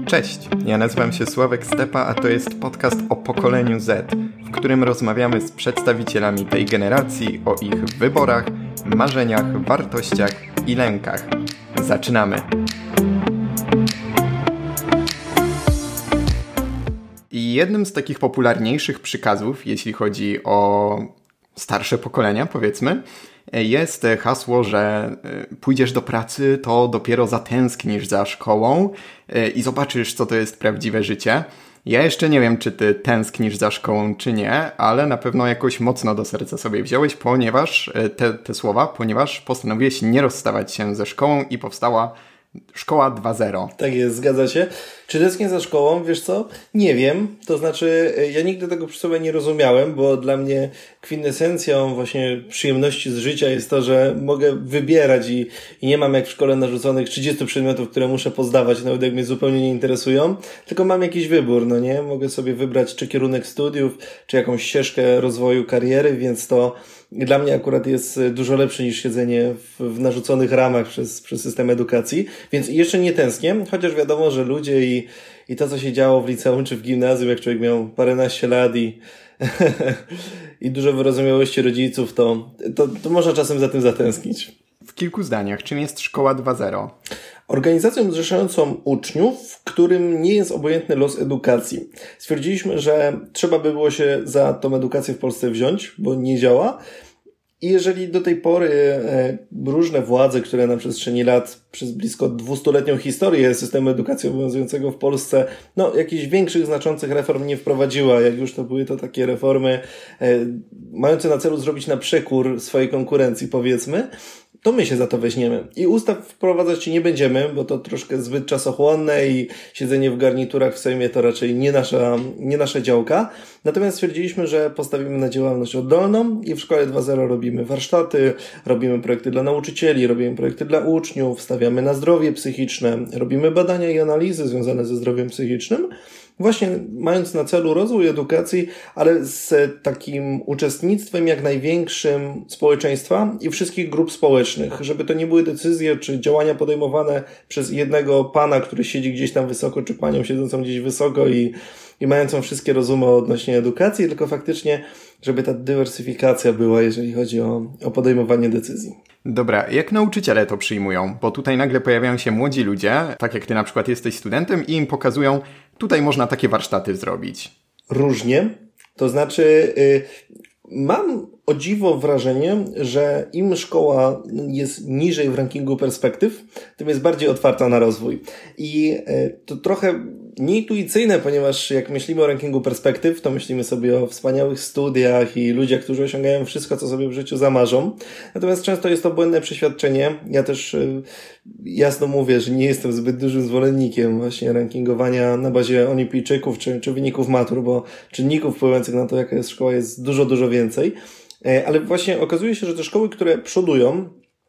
Cześć, ja nazywam się Sławek Stepa, a to jest podcast o pokoleniu Z, w którym rozmawiamy z przedstawicielami tej generacji o ich wyborach, marzeniach, wartościach i lękach. Zaczynamy! I jednym z takich popularniejszych przykazów, jeśli chodzi o starsze pokolenia, powiedzmy, jest hasło, że pójdziesz do pracy, to dopiero zatęsknisz za szkołą i zobaczysz, co to jest prawdziwe życie. Ja jeszcze nie wiem, czy ty tęsknisz za szkołą, czy nie, ale na pewno jakoś mocno do serca sobie wziąłeś, ponieważ te słowa, ponieważ postanowiłeś nie rozstawać się ze szkołą i powstała Szkoła 2.0. Tak jest, zgadza się. Czy tęsknię za szkołą? Wiesz co? Nie wiem. To znaczy, ja nigdy tego przy sobie nie rozumiałem, bo dla mnie kwintesencją właśnie przyjemności z życia jest to, że mogę wybierać i nie mam jak w szkole narzuconych 30 przedmiotów, które muszę pozdawać, nawet jak mnie zupełnie nie interesują, tylko mam jakiś wybór, no nie? Mogę sobie wybrać czy kierunek studiów, czy jakąś ścieżkę rozwoju kariery, więc to dla mnie akurat jest dużo lepsze niż siedzenie w narzuconych ramach przez system edukacji, więc jeszcze nie tęsknię, chociaż wiadomo, że ludzie i to, co się działo w liceum czy w gimnazjum, jak człowiek miał paręnaście lat i dużo wyrozumiałości rodziców, to można czasem za tym zatęsknić. W kilku zdaniach, czym jest Szkoła 2.0? Organizacją zrzeszającą uczniów, którym nie jest obojętny los edukacji. Stwierdziliśmy, że trzeba by było się za tą edukację w Polsce wziąć, bo nie działa. I jeżeli do tej pory różne władze, które na przestrzeni lat, przez blisko 200-letnią historię systemu edukacji obowiązującego w Polsce, jakichś większych, znaczących reform nie wprowadziła, jak już to były to takie reformy mające na celu zrobić na przekór swojej konkurencji, powiedzmy, to my się za to weźmiemy. I ustaw wprowadzać nie będziemy, bo to troszkę zbyt czasochłonne i siedzenie w garniturach w Sejmie to raczej nie nasza działka. Natomiast stwierdziliśmy, że postawimy na działalność oddolną i w Szkole 2.0 robimy warsztaty, robimy projekty dla nauczycieli, robimy projekty dla uczniów, stawiamy na zdrowie psychiczne, robimy badania i analizy związane ze zdrowiem psychicznym. Właśnie mając na celu rozwój edukacji, ale z takim uczestnictwem jak największym społeczeństwa i wszystkich grup społecznych, żeby to nie były decyzje czy działania podejmowane przez jednego pana, który siedzi gdzieś tam wysoko, czy panią siedzącą gdzieś wysoko i mającą wszystkie rozumy odnośnie edukacji, tylko faktycznie, żeby ta dywersyfikacja była, jeżeli chodzi o podejmowanie decyzji. Dobra, jak nauczyciele to przyjmują? Bo tutaj nagle pojawiają się młodzi ludzie, tak jak ty na przykład jesteś studentem i im pokazują, tutaj można takie warsztaty zrobić. Różnie. To znaczy, mam o dziwo wrażenie, że im szkoła jest niżej w rankingu perspektyw, tym jest bardziej otwarta na rozwój. I to trochę nieintuicyjne, ponieważ jak myślimy o rankingu perspektyw, to myślimy sobie o wspaniałych studiach i ludziach, którzy osiągają wszystko, co sobie w życiu zamarzą. Natomiast często jest to błędne przeświadczenie. Ja też jasno mówię, że nie jestem zbyt dużym zwolennikiem właśnie rankingowania na bazie olimpijczyków czy wyników matur, bo czynników wpływających na to, jaka jest szkoła, jest dużo, dużo więcej. Ale właśnie okazuje się, że te szkoły, które przodują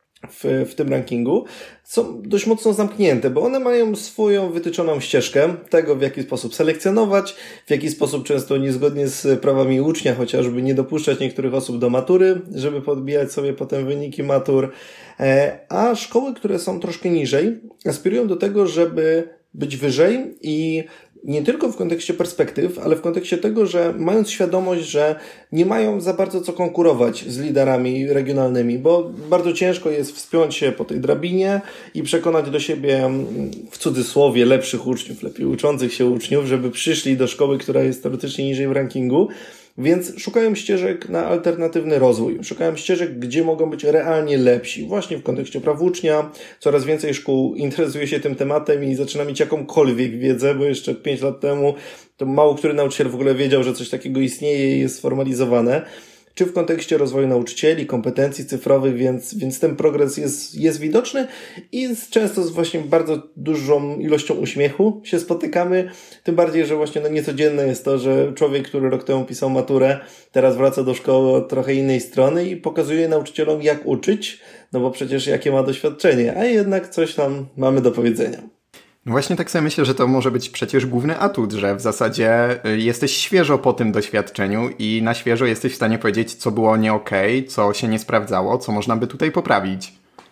w tym rankingu, są dość mocno zamknięte, bo one mają swoją wytyczoną ścieżkę tego, w jaki sposób selekcjonować, w jaki sposób często niezgodnie z prawami ucznia, chociażby nie dopuszczać niektórych osób do matury, żeby podbijać sobie potem wyniki matur, a szkoły, które są troszkę niżej, aspirują do tego, żeby być wyżej i nie tylko w kontekście perspektyw, ale w kontekście tego, że mając świadomość, że nie mają za bardzo co konkurować z liderami regionalnymi, bo bardzo ciężko jest wspiąć się po tej drabinie i przekonać do siebie, w cudzysłowie, lepszych uczniów, lepiej uczących się uczniów, żeby przyszli do szkoły, która jest teoretycznie niżej w rankingu. Więc szukają ścieżek na alternatywny rozwój. Szukają ścieżek, gdzie mogą być realnie lepsi. Właśnie w kontekście praw ucznia. Coraz więcej szkół interesuje się tym tematem i zaczyna mieć jakąkolwiek wiedzę, bo jeszcze 5 lat temu to mało który nauczyciel w ogóle wiedział, że coś takiego istnieje i jest sformalizowane. Czy w kontekście rozwoju nauczycieli, kompetencji cyfrowych, więc ten progres jest widoczny i często z właśnie bardzo dużą ilością uśmiechu się spotykamy, tym bardziej, że właśnie niecodzienne jest to, że człowiek, który rok temu pisał maturę, teraz wraca do szkoły od trochę innej strony i pokazuje nauczycielom, jak uczyć, bo przecież jakie ma doświadczenie, a jednak coś tam mamy do powiedzenia. No właśnie tak sobie myślę, że to może być przecież główny atut, że w zasadzie jesteś świeżo po tym doświadczeniu i na świeżo jesteś w stanie powiedzieć, co było nie okej, co się nie sprawdzało, co można by tutaj poprawić.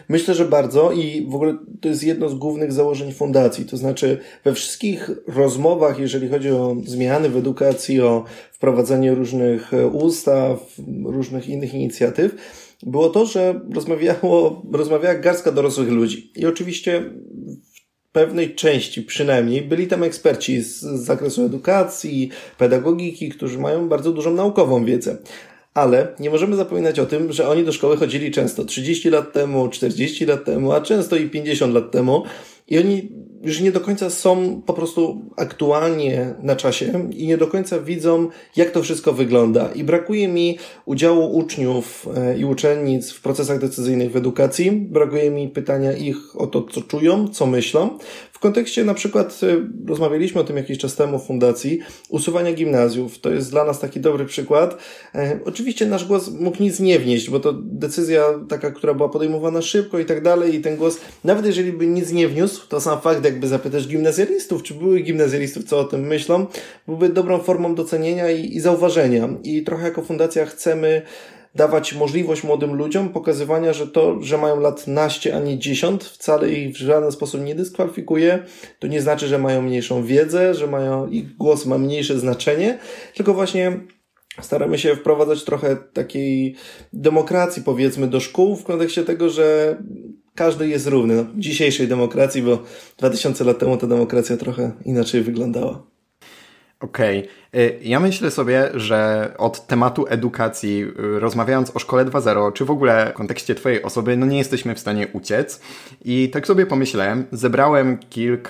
Myślę, że bardzo i w ogóle to jest jedno z głównych założeń fundacji. To znaczy we wszystkich rozmowach, jeżeli chodzi o zmiany w edukacji, o wprowadzenie różnych ustaw, różnych innych inicjatyw, było to, że rozmawiała garstka dorosłych ludzi. I oczywiście w pewnej części przynajmniej byli tam eksperci z zakresu edukacji, pedagogiki, którzy mają bardzo dużą naukową wiedzę. Ale nie możemy zapominać o tym, że oni do szkoły chodzili często 30 lat temu, 40 lat temu, a często i 50 lat temu. I oni już nie do końca są po prostu aktualnie na czasie i nie do końca widzą, jak to wszystko wygląda. I brakuje mi udziału uczniów i uczennic w procesach decyzyjnych w edukacji. Brakuje mi pytania ich o to, co czują, co myślą. W kontekście na przykład, rozmawialiśmy o tym jakiś czas temu w fundacji, usuwania gimnazjów. To jest dla nas taki dobry przykład. Oczywiście nasz głos mógł nic nie wnieść, bo to decyzja taka, która była podejmowana szybko i tak dalej i ten głos, nawet jeżeli by nic nie wniósł, to sam fakt, jakby zapytać gimnazjalistów, czy byłych gimnazjalistów, co o tym myślą, byłby dobrą formą docenienia i zauważenia. I trochę jako fundacja chcemy dawać możliwość młodym ludziom pokazywania, że to, że mają lat naście, a nie 10, wcale ich w żaden sposób nie dyskwalifikuje. To nie znaczy, że mają mniejszą wiedzę, że ich głos ma mniejsze znaczenie, tylko właśnie staramy się wprowadzać trochę takiej demokracji, powiedzmy, do szkół w kontekście tego, że każdy jest równy. No, dzisiejszej demokracji, bo 2000 lat temu ta demokracja trochę inaczej wyglądała. Okej. Ja myślę sobie, że od tematu edukacji, rozmawiając o Szkole 2.0, czy w ogóle w kontekście twojej osoby, no nie jesteśmy w stanie uciec. I tak sobie pomyślałem, zebrałem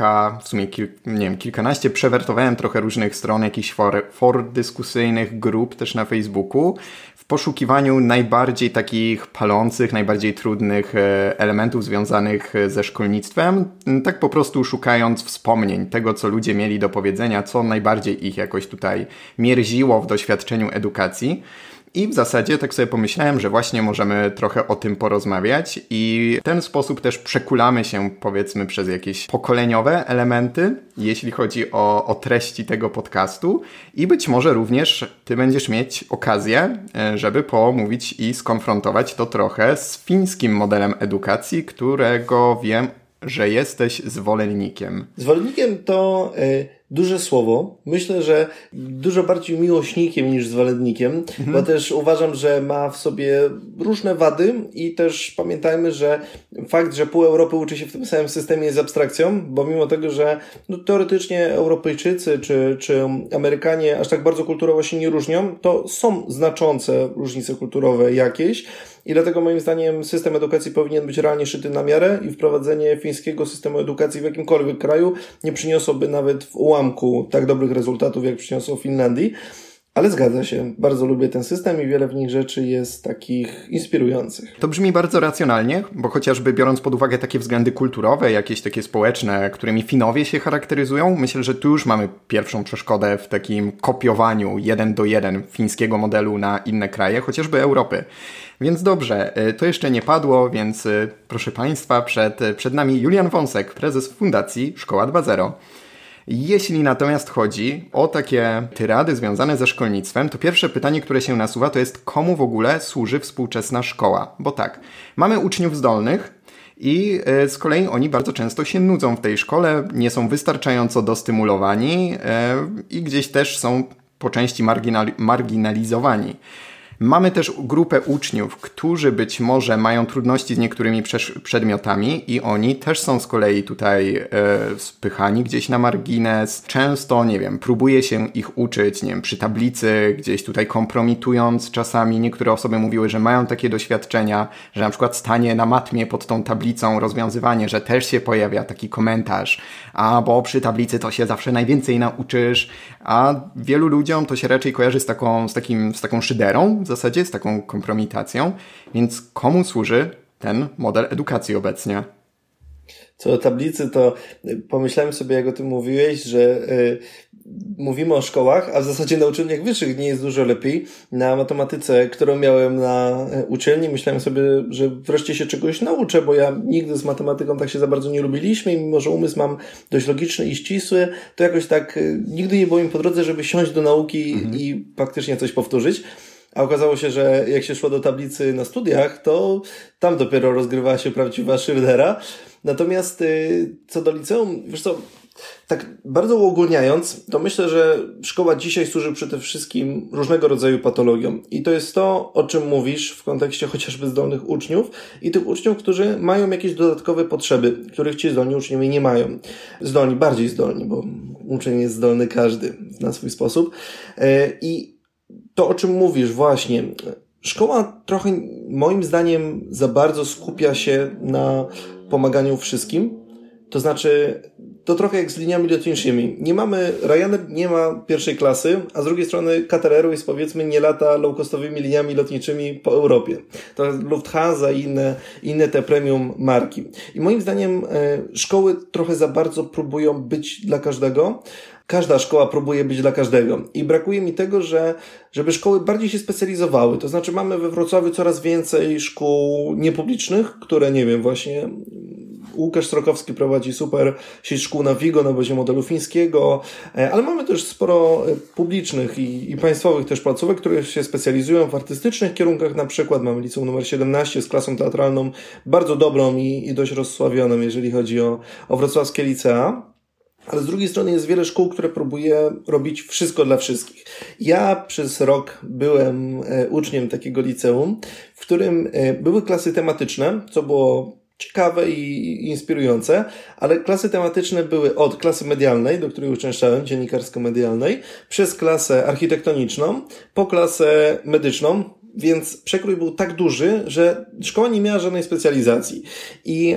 kilkanaście, przewertowałem trochę różnych stron, jakichś for dyskusyjnych, grup też na Facebooku, w poszukiwaniu najbardziej takich palących, najbardziej trudnych elementów związanych ze szkolnictwem, tak po prostu szukając wspomnień tego, co ludzie mieli do powiedzenia, co najbardziej ich jakoś tutaj mierziło w doświadczeniu edukacji. I w zasadzie tak sobie pomyślałem, że właśnie możemy trochę o tym porozmawiać i w ten sposób też przekulamy się, powiedzmy, przez jakieś pokoleniowe elementy, jeśli chodzi o treści tego podcastu i być może również ty będziesz mieć okazję, żeby pomówić i skonfrontować to trochę z fińskim modelem edukacji, którego wiem, że jesteś zwolennikiem. Zwolennikiem to duże słowo. Myślę, że dużo bardziej miłośnikiem niż zwolennikiem, bo też uważam, że ma w sobie różne wady i też pamiętajmy, że fakt, że pół Europy uczy się w tym samym systemie jest abstrakcją, bo mimo tego, że teoretycznie Europejczycy czy Amerykanie aż tak bardzo kulturowo się nie różnią, to są znaczące różnice kulturowe jakieś. I dlatego moim zdaniem system edukacji powinien być realnie szyty na miarę i wprowadzenie fińskiego systemu edukacji w jakimkolwiek kraju nie przyniosłoby nawet w ułamku tak dobrych rezultatów, jak przyniosło w Finlandii. Ale zgadza się, bardzo lubię ten system i wiele w nich rzeczy jest takich inspirujących. To brzmi bardzo racjonalnie, bo chociażby biorąc pod uwagę takie względy kulturowe, jakieś takie społeczne, którymi Finowie się charakteryzują, myślę, że tu już mamy pierwszą przeszkodę w takim kopiowaniu 1 do 1 fińskiego modelu na inne kraje, chociażby Europy. Więc dobrze, to jeszcze nie padło, więc proszę Państwa, przed nami Julian Wąsek, prezes Fundacji Szkoła 2.0. Jeśli natomiast chodzi o takie tyrady związane ze szkolnictwem, to pierwsze pytanie, które się nasuwa, to jest komu w ogóle służy współczesna szkoła? Bo tak, mamy uczniów zdolnych i z kolei oni bardzo często się nudzą w tej szkole, nie są wystarczająco dostymulowani i gdzieś też są po części marginalizowani. Mamy też grupę uczniów, którzy być może mają trudności z niektórymi przedmiotami i oni też są z kolei tutaj spychani gdzieś na margines. Często, próbuje się ich uczyć, przy tablicy, gdzieś tutaj kompromitując czasami. Niektóre osoby mówiły, że mają takie doświadczenia, że na przykład stanie na matmie pod tą tablicą rozwiązywanie, że też się pojawia taki komentarz, bo przy tablicy to się zawsze najwięcej nauczysz, a wielu ludziom to się raczej kojarzy z taką szyderą, w zasadzie z taką kompromitacją, więc komu służy ten model edukacji obecnie? Co do tablicy, to pomyślałem sobie, jak o tym mówiłeś, że mówimy o szkołach, a w zasadzie na uczelniach wyższych nie jest dużo lepiej. Na matematyce, którą miałem na uczelni, myślałem sobie, że wreszcie się czegoś nauczę, bo ja nigdy z matematyką tak się za bardzo nie lubiliśmy i mimo, że umysł mam dość logiczny i ścisły, to jakoś tak nigdy nie było mi po drodze, żeby siąść do nauki i faktycznie coś powtórzyć. a okazało się, że jak się szło do tablicy na studiach, to tam dopiero rozgrywała się prawdziwa szyrdera. Natomiast co do liceum, wiesz co, tak bardzo uogólniając, to myślę, że szkoła dzisiaj służy przede wszystkim różnego rodzaju patologiom. I to jest to, o czym mówisz w kontekście chociażby zdolnych uczniów i tych uczniów, którzy mają jakieś dodatkowe potrzeby, których ci zdolni uczniowie nie mają. Zdolni, bardziej zdolni, bo uczeń jest zdolny każdy na swój sposób. I to, o czym mówisz właśnie, szkoła trochę, moim zdaniem, za bardzo skupia się na pomaganiu wszystkim. To znaczy, to trochę jak z liniami lotniczymi. Ryanair nie ma pierwszej klasy, a z drugiej strony Qatar Airways, powiedzmy, nie lata low-costowymi liniami lotniczymi po Europie. To jest Lufthansa i inne te premium marki. I moim zdaniem szkoły trochę za bardzo próbują być dla każdego. Każda szkoła próbuje być dla każdego. I brakuje mi tego, żeby szkoły bardziej się specjalizowały. To znaczy mamy we Wrocławiu coraz więcej szkół niepublicznych, które, nie wiem, właśnie Łukasz Strokowski prowadzi super sieć szkół na Wigo na bazie modelu fińskiego, ale mamy też sporo publicznych i państwowych też placówek, które się specjalizują w artystycznych kierunkach. Na przykład mamy liceum numer 17 z klasą teatralną bardzo dobrą i dość rozsławioną, jeżeli chodzi o wrocławskie licea. Ale z drugiej strony jest wiele szkół, które próbuje robić wszystko dla wszystkich. Ja przez rok byłem uczniem takiego liceum, w którym były klasy tematyczne, co było ciekawe i inspirujące, ale klasy tematyczne były od klasy medialnej, do której uczęszczałem, dziennikarsko-medialnej, przez klasę architektoniczną, po klasę medyczną, więc przekrój był tak duży, że szkoła nie miała żadnej specjalizacji. I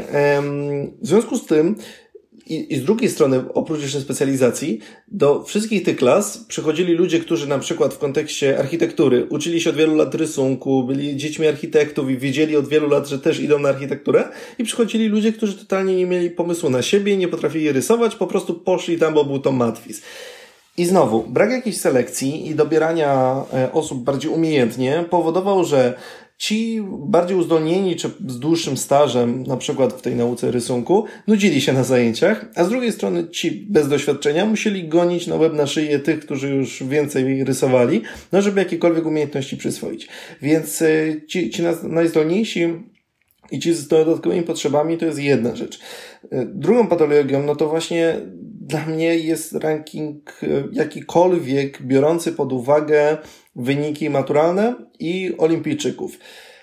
w związku z tym i z drugiej strony, oprócz jeszcze specjalizacji, do wszystkich tych klas przychodzili ludzie, którzy na przykład w kontekście architektury uczyli się od wielu lat rysunku, byli dziećmi architektów i wiedzieli od wielu lat, że też idą na architekturę, i przychodzili ludzie, którzy totalnie nie mieli pomysłu na siebie, nie potrafili rysować, po prostu poszli tam, bo był to matwiz. I znowu, brak jakiejś selekcji i dobierania osób bardziej umiejętnie powodował, że ci bardziej uzdolnieni czy z dłuższym stażem, na przykład w tej nauce rysunku, nudzili się na zajęciach, a z drugiej strony ci bez doświadczenia musieli gonić na łeb na szyję tych, którzy już więcej rysowali, no żeby jakiekolwiek umiejętności przyswoić. Więc ci najzdolniejsi i ci z dodatkowymi potrzebami to jest jedna rzecz. Drugą patologią, no to właśnie dla mnie jest ranking jakikolwiek biorący pod uwagę wyniki maturalne i olimpijczyków.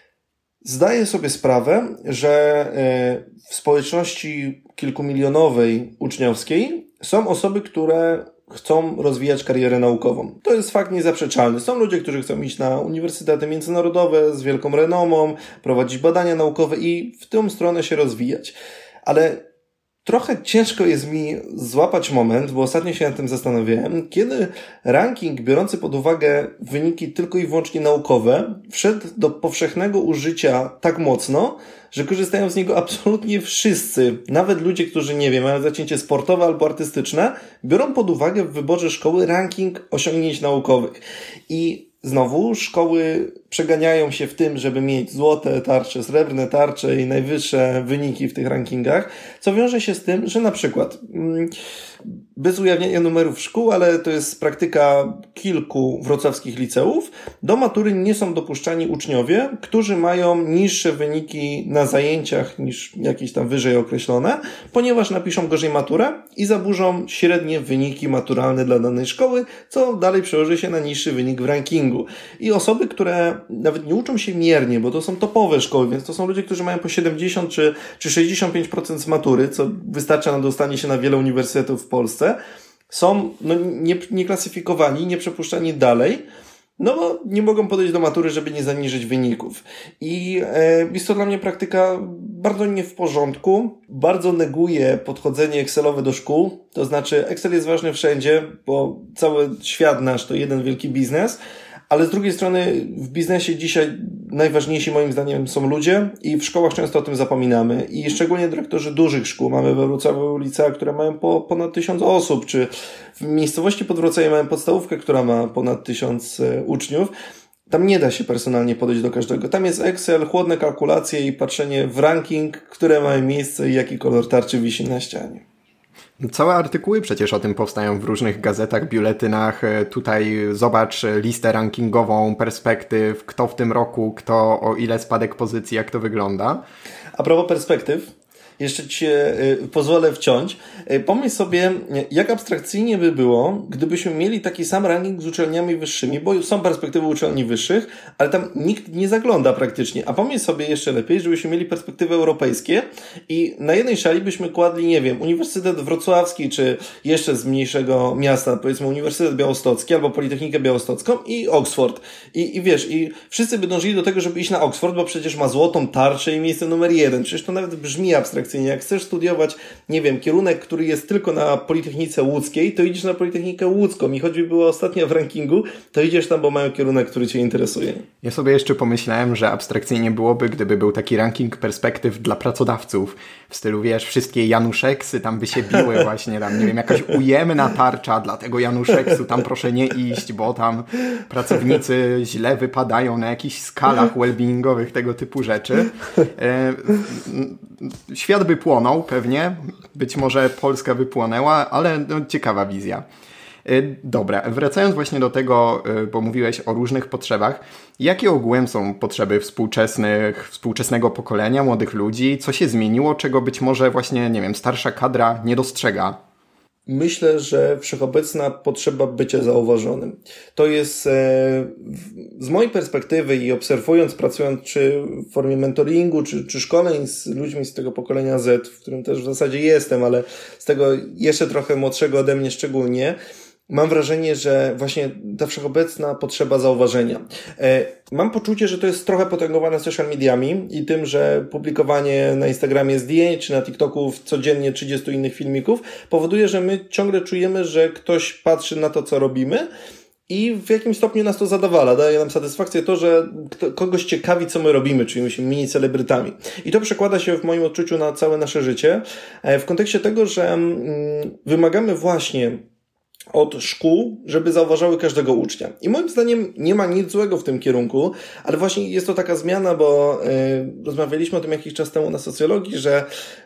Zdaję sobie sprawę, że w społeczności kilkumilionowej uczniowskiej są osoby, które chcą rozwijać karierę naukową. To jest fakt niezaprzeczalny. Są ludzie, którzy chcą iść na uniwersytety międzynarodowe z wielką renomą, prowadzić badania naukowe i w tę stronę się rozwijać. Ale trochę ciężko jest mi złapać moment, bo ostatnio się nad tym zastanawiałem, kiedy ranking biorący pod uwagę wyniki tylko i wyłącznie naukowe wszedł do powszechnego użycia tak mocno, że korzystają z niego absolutnie wszyscy. Nawet ludzie, którzy, nie wiem, mają zacięcie sportowe albo artystyczne, biorą pod uwagę w wyborze szkoły ranking osiągnięć naukowych. I znowu szkoły przeganiają się w tym, żeby mieć złote tarcze, srebrne tarcze i najwyższe wyniki w tych rankingach, co wiąże się z tym, że na przykład bez ujawniania numerów szkół, ale to jest praktyka kilku wrocławskich liceów, do matury nie są dopuszczani uczniowie, którzy mają niższe wyniki na zajęciach niż jakieś tam wyżej określone, ponieważ napiszą gorzej maturę i zaburzą średnie wyniki maturalne dla danej szkoły, co dalej przełoży się na niższy wynik w rankingu. I osoby, które nawet nie uczą się miernie, bo to są topowe szkoły, więc to są ludzie, którzy mają po 70 czy 65% z matury, co wystarcza na dostanie się na wiele uniwersytetów w Polsce, są nie klasyfikowani, nie przepuszczani dalej, no bo nie mogą podejść do matury, żeby nie zaniżyć wyników. I jest to dla mnie praktyka bardzo nie w porządku, bardzo neguje podchodzenie Excelowe do szkół, to znaczy Excel jest ważny wszędzie, bo cały świat nasz to jeden wielki biznes, ale z drugiej strony w biznesie dzisiaj najważniejsi moim zdaniem są ludzie i w szkołach często o tym zapominamy. I szczególnie dyrektorzy dużych szkół. Mamy we Wrocławiu licea, które mają ponad 1000 osób, czy w miejscowości pod Wrocławiem mamy podstawówkę, która ma ponad 1000 uczniów. Tam nie da się personalnie podejść do każdego. Tam jest Excel, chłodne kalkulacje i patrzenie w ranking, które mają miejsce i jaki kolor tarczy wisi na ścianie. Całe artykuły przecież o tym powstają w różnych gazetach, biuletynach. Tutaj zobacz listę rankingową perspektyw, kto w tym roku, kto o ile spadek pozycji, jak to wygląda. A propos perspektyw, jeszcze ci się pozwolę wciąć. Pomyśl sobie, jak abstrakcyjnie by było, gdybyśmy mieli taki sam ranking z uczelniami wyższymi, bo są perspektywy uczelni wyższych, ale tam nikt nie zagląda praktycznie. A pomyśl sobie jeszcze lepiej, żebyśmy mieli perspektywy europejskie i na jednej szali byśmy kładli, nie wiem, Uniwersytet Wrocławski, czy jeszcze z mniejszego miasta, powiedzmy Uniwersytet Białostocki albo Politechnikę Białostocką i Oxford. I wiesz, i wszyscy by dążyli do tego, żeby iść na Oxford, bo przecież ma złotą tarczę i miejsce numer 1. Przecież to nawet brzmi abstrakcyjnie. Jak chcesz studiować, nie wiem, kierunek, który jest tylko na Politechnice Łódzkiej, to idziesz na Politechnikę Łódzką i choćby była ostatnia w rankingu, to idziesz tam, bo mają kierunek, który cię interesuje. Ja sobie jeszcze pomyślałem, że abstrakcyjnie byłoby, gdyby był taki ranking perspektyw dla pracodawców. W stylu, wiesz, wszystkie Januszeksy tam by się biły właśnie, tam, nie wiem, jakaś ujemna tarcza dla tego Januszeksu, tam proszę nie iść, bo tam pracownicy źle wypadają na jakichś skalach well-beingowych, tego typu rzeczy. Świat by płonął pewnie, być może Polska by płonęła, ale no, ciekawa wizja. Dobra, wracając właśnie do tego, bo mówiłeś o różnych potrzebach. Jakie ogółem są potrzeby współczesnego pokolenia, młodych ludzi? Co się zmieniło, czego być może właśnie, nie wiem, starsza kadra nie dostrzega? Myślę, że wszechobecna potrzeba bycia zauważonym. To jest z mojej perspektywy i obserwując, pracując czy w formie mentoringu, czy szkoleń z ludźmi z tego pokolenia Z, w którym też w zasadzie jestem, ale z tego jeszcze trochę młodszego ode mnie szczególnie, mam wrażenie, że właśnie ta wszechobecna potrzeba zauważenia. Mam poczucie, że to jest trochę potęgowane social mediami i tym, że publikowanie na Instagramie zdjęć czy na TikToku codziennie 30 innych filmików powoduje, że my ciągle czujemy, że ktoś patrzy na to, co robimy i w jakimś stopniu nas to zadowala. Daje nam satysfakcję to, że kogoś ciekawi, co my robimy, czujemy się mini celebrytami. I to przekłada się w moim odczuciu na całe nasze życie w kontekście tego, że wymagamy właśnie od szkół, żeby zauważały każdego ucznia. I moim zdaniem nie ma nic złego w tym kierunku, ale właśnie jest to taka zmiana, bo rozmawialiśmy o tym jakiś czas temu na socjologii, że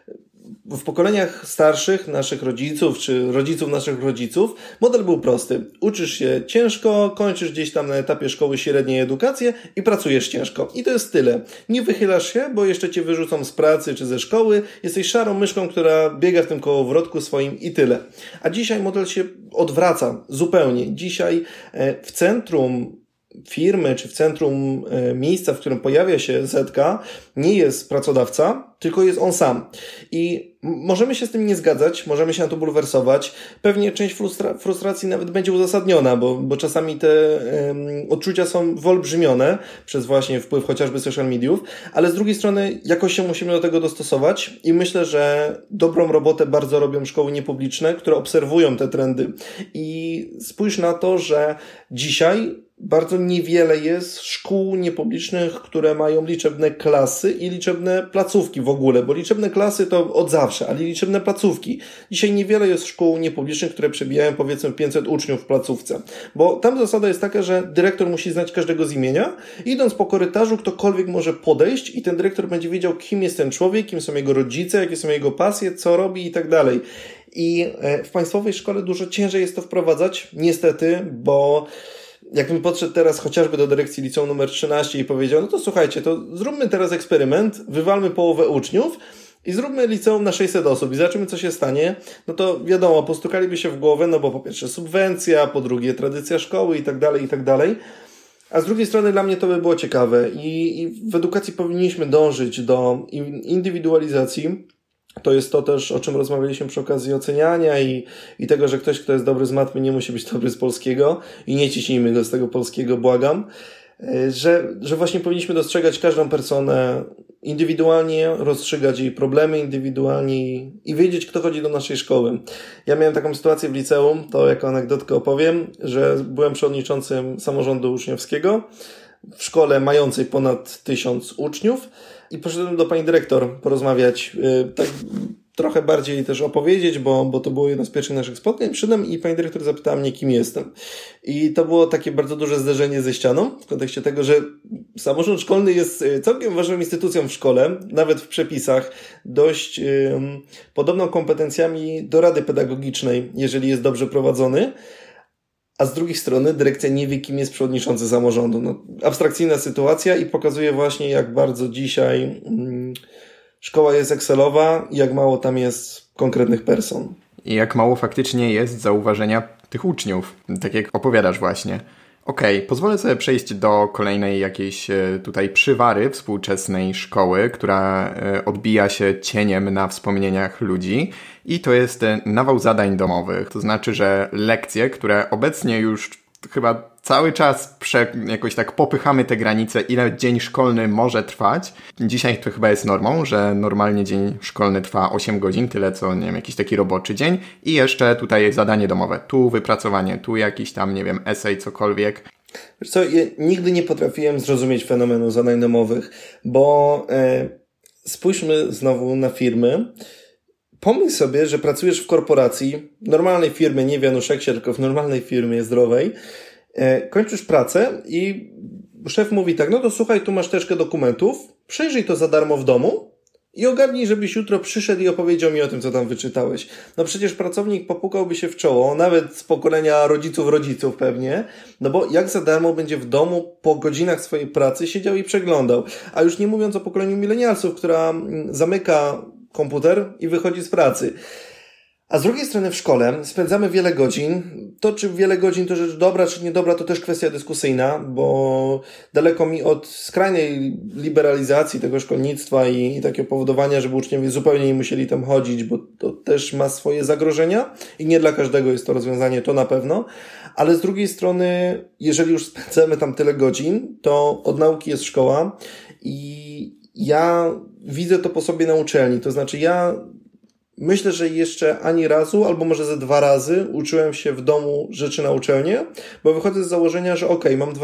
w pokoleniach starszych, naszych rodziców, czy rodziców naszych rodziców, model był prosty. Uczysz się ciężko, kończysz gdzieś tam na etapie szkoły średniej edukację i pracujesz ciężko. I to jest tyle. Nie wychylasz się, bo jeszcze cię wyrzucą z pracy czy ze szkoły. Jesteś szarą myszką, która biega w tym kołowrotku swoim i tyle. A dzisiaj model się odwraca zupełnie. Dzisiaj w centrum firmy, czy w centrum miejsca, w którym pojawia się ZK, nie jest pracodawca, tylko jest on sam. I możemy się z tym nie zgadzać, możemy się na to bulwersować. Pewnie część frustracji nawet będzie uzasadniona, bo czasami te odczucia są wyolbrzymione przez właśnie wpływ chociażby social mediów, ale z drugiej strony jakoś się musimy do tego dostosować i myślę, że dobrą robotę bardzo robią szkoły niepubliczne, które obserwują te trendy. I spójrz na to, że dzisiaj bardzo niewiele jest szkół niepublicznych, które mają liczebne klasy i liczebne placówki w ogóle, bo liczebne klasy to od zawsze, ale liczebne placówki. Dzisiaj niewiele jest szkół niepublicznych, które przebijają powiedzmy 500 uczniów w placówce, bo tam zasada jest taka, że dyrektor musi znać każdego z imienia i idąc po korytarzu ktokolwiek może podejść i ten dyrektor będzie wiedział, kim jest ten człowiek, kim są jego rodzice, jakie są jego pasje, co robi i tak dalej. I w państwowej szkole dużo ciężej jest to wprowadzać, niestety, bo jakbym podszedł teraz chociażby do dyrekcji liceum numer 13 i powiedział, no to słuchajcie, to zróbmy teraz eksperyment, wywalmy połowę uczniów i zróbmy liceum na 600 osób i zobaczymy, co się stanie, no to wiadomo, postukaliby się w głowę, no bo po pierwsze subwencja, po drugie tradycja szkoły i tak dalej. A z drugiej strony dla mnie to by było ciekawe i w edukacji powinniśmy dążyć do indywidualizacji. To jest to też, o czym rozmawialiśmy przy okazji oceniania i tego, że ktoś, kto jest dobry z matmy, nie musi być dobry z polskiego i nie ciśnijmy go z tego polskiego, błagam, że właśnie powinniśmy dostrzegać każdą personę indywidualnie, rozstrzygać jej problemy indywidualnie i wiedzieć, kto chodzi do naszej szkoły. Ja miałem taką sytuację w liceum, to jako anegdotkę opowiem, że byłem przewodniczącym samorządu uczniowskiego w szkole mającej ponad 1000 uczniów i poszedłem do pani dyrektor porozmawiać, tak trochę bardziej też opowiedzieć, bo to było jedno z pierwszych naszych spotkań. Przyszedłem i pani dyrektor zapytała mnie, kim jestem. I to było takie bardzo duże zderzenie ze ścianą, w kontekście tego, że samorząd szkolny jest całkiem ważną instytucją w szkole, nawet w przepisach, dość podobną kompetencjami do rady pedagogicznej, jeżeli jest dobrze prowadzony. A z drugiej strony dyrekcja nie wie, kim jest przewodniczący samorządu. No, abstrakcyjna sytuacja i pokazuje właśnie, jak bardzo dzisiaj szkoła jest Excelowa i jak mało tam jest konkretnych person. I jak mało faktycznie jest zauważenia tych uczniów, tak jak opowiadasz właśnie. Okej, pozwolę sobie przejść do kolejnej jakiejś tutaj przywary współczesnej szkoły, która odbija się cieniem na wspomnieniach ludzi i to jest nawał zadań domowych. To znaczy, że lekcje, które obecnie już chyba cały czas jakoś tak popychamy te granice, ile dzień szkolny może trwać. Dzisiaj to chyba jest normą, że normalnie dzień szkolny trwa 8 godzin, tyle co, nie wiem, jakiś taki roboczy dzień i jeszcze tutaj zadanie domowe, tu wypracowanie, tu jakiś tam, nie wiem, esej, cokolwiek. Wiesz co, ja nigdy nie potrafiłem zrozumieć fenomenu zadań domowych, bo spójrzmy znowu na firmy. Pomyśl sobie, że pracujesz w korporacji, normalnej firmie, nie w Januszeksie, tylko w normalnej firmie zdrowej, kończysz pracę i szef mówi tak, no to słuchaj, tu masz teczkę dokumentów, przejrzyj to za darmo w domu i ogarnij, żebyś jutro przyszedł i opowiedział mi o tym, co tam wyczytałeś. No przecież pracownik popukałby się w czoło, nawet z pokolenia rodziców pewnie, no bo jak za darmo będzie w domu po godzinach swojej pracy siedział i przeglądał. A już nie mówiąc o pokoleniu milenialsów, która zamyka komputer i wychodzi z pracy. A z drugiej strony w szkole spędzamy wiele godzin. To, czy wiele godzin to rzecz dobra, czy niedobra, to też kwestia dyskusyjna, bo daleko mi od skrajnej liberalizacji tego szkolnictwa i takiego powodowania, żeby uczniowie zupełnie nie musieli tam chodzić, bo to też ma swoje zagrożenia i nie dla każdego jest to rozwiązanie, to na pewno. Ale z drugiej strony, jeżeli już spędzamy tam tyle godzin, to od nauki jest szkoła i ja widzę to po sobie na uczelni. To znaczy ja myślę, że jeszcze ani razu, albo może ze 2 razy uczyłem się w domu rzeczy na uczelnię, bo wychodzę z założenia, że mam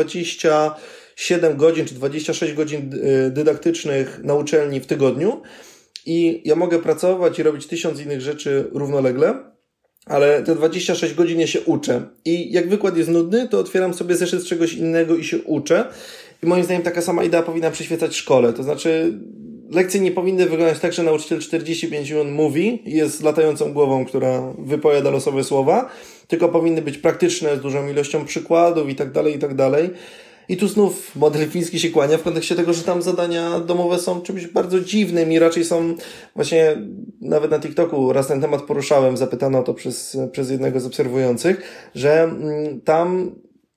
27 godzin czy 26 godzin dydaktycznych na uczelni w tygodniu i ja mogę pracować i robić 1000 innych rzeczy równolegle, ale te 26 godzin ja się uczę. I jak wykład jest nudny, to otwieram sobie zeszyt z czegoś innego i się uczę. I moim zdaniem taka sama idea powinna przyświecać szkole. To znaczy lekcje nie powinny wyglądać tak, że nauczyciel 45 minut mówi i jest latającą głową, która wypowiada losowe słowa, tylko powinny być praktyczne, z dużą ilością przykładów i tak dalej, i tak dalej. I tu znów model fiński się kłania w kontekście tego, że tam zadania domowe są czymś bardzo dziwnym i raczej są właśnie, nawet na TikToku raz ten temat poruszałem, zapytano o to przez jednego z obserwujących, że tam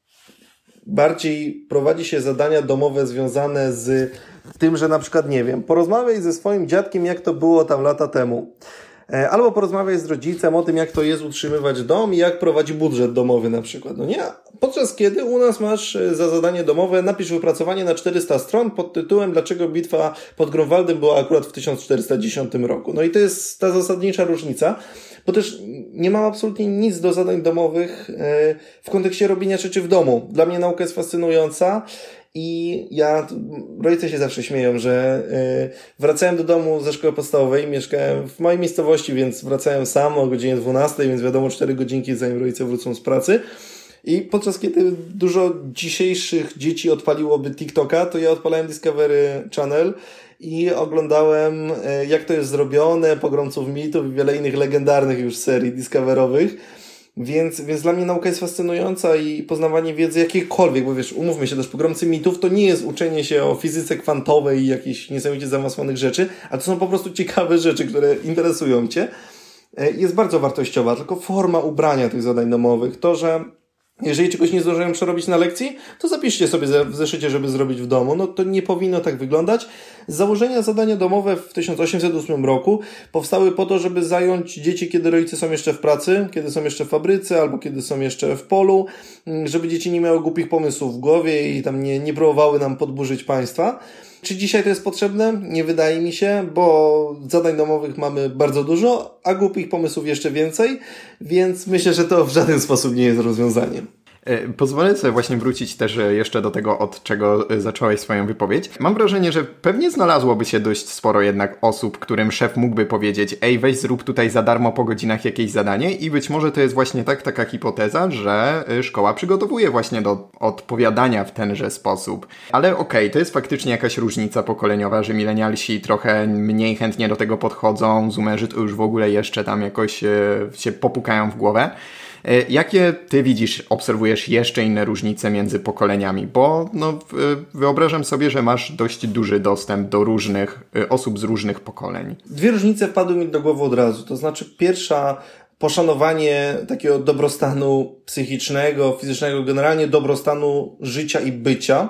bardziej prowadzi się zadania domowe związane z tym, że na przykład, nie wiem, porozmawiaj ze swoim dziadkiem, jak to było tam lata temu. Albo porozmawiaj z rodzicem o tym, jak to jest utrzymywać dom i jak prowadzi budżet domowy na przykład. No nie? Podczas kiedy u nas masz za zadanie domowe napisz wypracowanie na 400 stron pod tytułem Dlaczego bitwa pod Grunwaldem była akurat w 1410 roku. No i to jest ta zasadnicza różnica, bo też nie mam absolutnie nic do zadań domowych w kontekście robienia rzeczy w domu. Dla mnie nauka jest fascynująca. I rodzice się zawsze śmieją, że wracałem do domu ze szkoły podstawowej, mieszkałem w małej miejscowości, więc wracałem sam o godzinie 12, więc wiadomo 4 godzinki zanim rodzice wrócą z pracy. I podczas kiedy dużo dzisiejszych dzieci odpaliłoby TikToka, to ja odpalałem Discovery Channel i oglądałem jak to jest zrobione, Pogromców mitów i wiele innych legendarnych już serii Discoverowych. Więc dla mnie nauka jest fascynująca i poznawanie wiedzy jakiejkolwiek, bo wiesz, umówmy się, też Pogromcy mitów to nie jest uczenie się o fizyce kwantowej i jakichś niesamowicie zaawansowanych rzeczy, a to są po prostu ciekawe rzeczy, które interesują Cię. Jest bardzo wartościowa, tylko forma ubrania tych zadań domowych, to, że jeżeli czegoś nie zdążyłem przerobić na lekcji, to zapiszcie sobie w zeszycie, żeby zrobić w domu. No to nie powinno tak wyglądać. Z założenia zadania domowe w 1808 roku powstały po to, żeby zająć dzieci, kiedy rodzice są jeszcze w pracy, kiedy są jeszcze w fabryce albo kiedy są jeszcze w polu, żeby dzieci nie miały głupich pomysłów w głowie i tam nie próbowały nam podburzyć państwa. Czy dzisiaj to jest potrzebne? Nie wydaje mi się, bo zadań domowych mamy bardzo dużo, a głupich pomysłów jeszcze więcej, więc myślę, że to w żaden sposób nie jest rozwiązaniem. Pozwolę sobie właśnie wrócić też jeszcze do tego, od czego zacząłeś swoją wypowiedź. Mam wrażenie, że pewnie znalazłoby się dość sporo jednak osób, którym szef mógłby powiedzieć: ej, weź zrób tutaj za darmo po godzinach jakieś zadanie, i być może to jest właśnie taka hipoteza, że szkoła przygotowuje właśnie do odpowiadania w tenże sposób. Ale okej, to jest faktycznie jakaś różnica pokoleniowa, że milenialsi trochę mniej chętnie do tego podchodzą, zoomerzy to już w ogóle jeszcze tam jakoś się popukają w głowę. Jakie ty widzisz, obserwujesz jeszcze inne różnice między pokoleniami? Bo wyobrażam sobie, że masz dość duży dostęp do różnych osób z różnych pokoleń. Dwie różnice wpadły mi do głowy od razu. To znaczy pierwsza, poszanowanie takiego dobrostanu psychicznego, fizycznego, generalnie dobrostanu życia i bycia.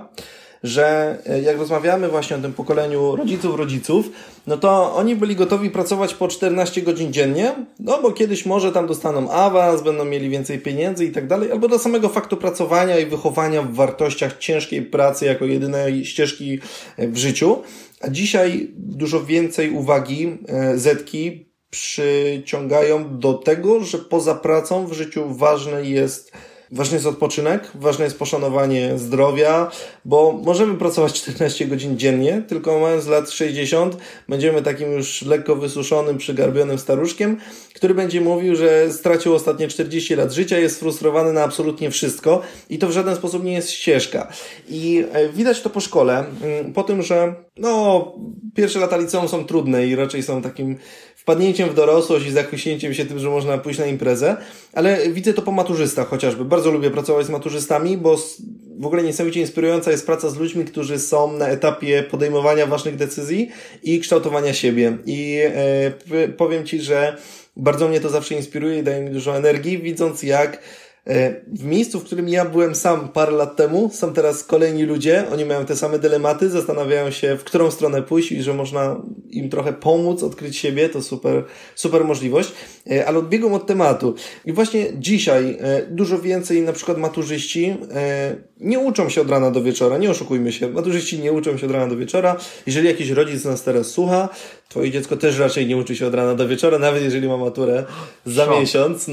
Że jak rozmawiamy właśnie o tym pokoleniu rodziców, no to oni byli gotowi pracować po 14 godzin dziennie, no bo kiedyś może tam dostaną awans, będą mieli więcej pieniędzy i tak dalej, albo do samego faktu pracowania i wychowania w wartościach ciężkiej pracy jako jedynej ścieżki w życiu. A dzisiaj dużo więcej uwagi Zetki przyciągają do tego, że poza pracą w życiu ważny jest odpoczynek, ważne jest poszanowanie zdrowia, bo możemy pracować 14 godzin dziennie, tylko mając lat 60 będziemy takim już lekko wysuszonym, przygarbionym staruszkiem, który będzie mówił, że stracił ostatnie 40 lat życia, jest sfrustrowany na absolutnie wszystko i to w żaden sposób nie jest ścieżka. I widać to po szkole, po tym, że pierwsze lata liceum są trudne i raczej są takim wpadnięciem w dorosłość i zachwyśnięciem się tym, że można pójść na imprezę, ale widzę to po maturzystach chociażby. Bardzo lubię pracować z maturzystami, bo w ogóle niesamowicie inspirująca jest praca z ludźmi, którzy są na etapie podejmowania ważnych decyzji i kształtowania siebie. I powiem Ci, że bardzo mnie to zawsze inspiruje i daje mi dużo energii, widząc jak w miejscu, w którym ja byłem sam parę lat temu, są teraz kolejni ludzie, oni mają te same dylematy, zastanawiają się, w którą stronę pójść i że można im trochę pomóc, odkryć siebie, to super możliwość, ale odbiegam od tematu. I właśnie dzisiaj dużo więcej na przykład maturzyści nie uczą się od rana do wieczora, nie oszukujmy się, maturzyści nie uczą się od rana do wieczora. Jeżeli jakiś rodzic nas teraz słucha, twoje dziecko też raczej nie uczy się od rana do wieczora, nawet jeżeli ma maturę za miesiąc,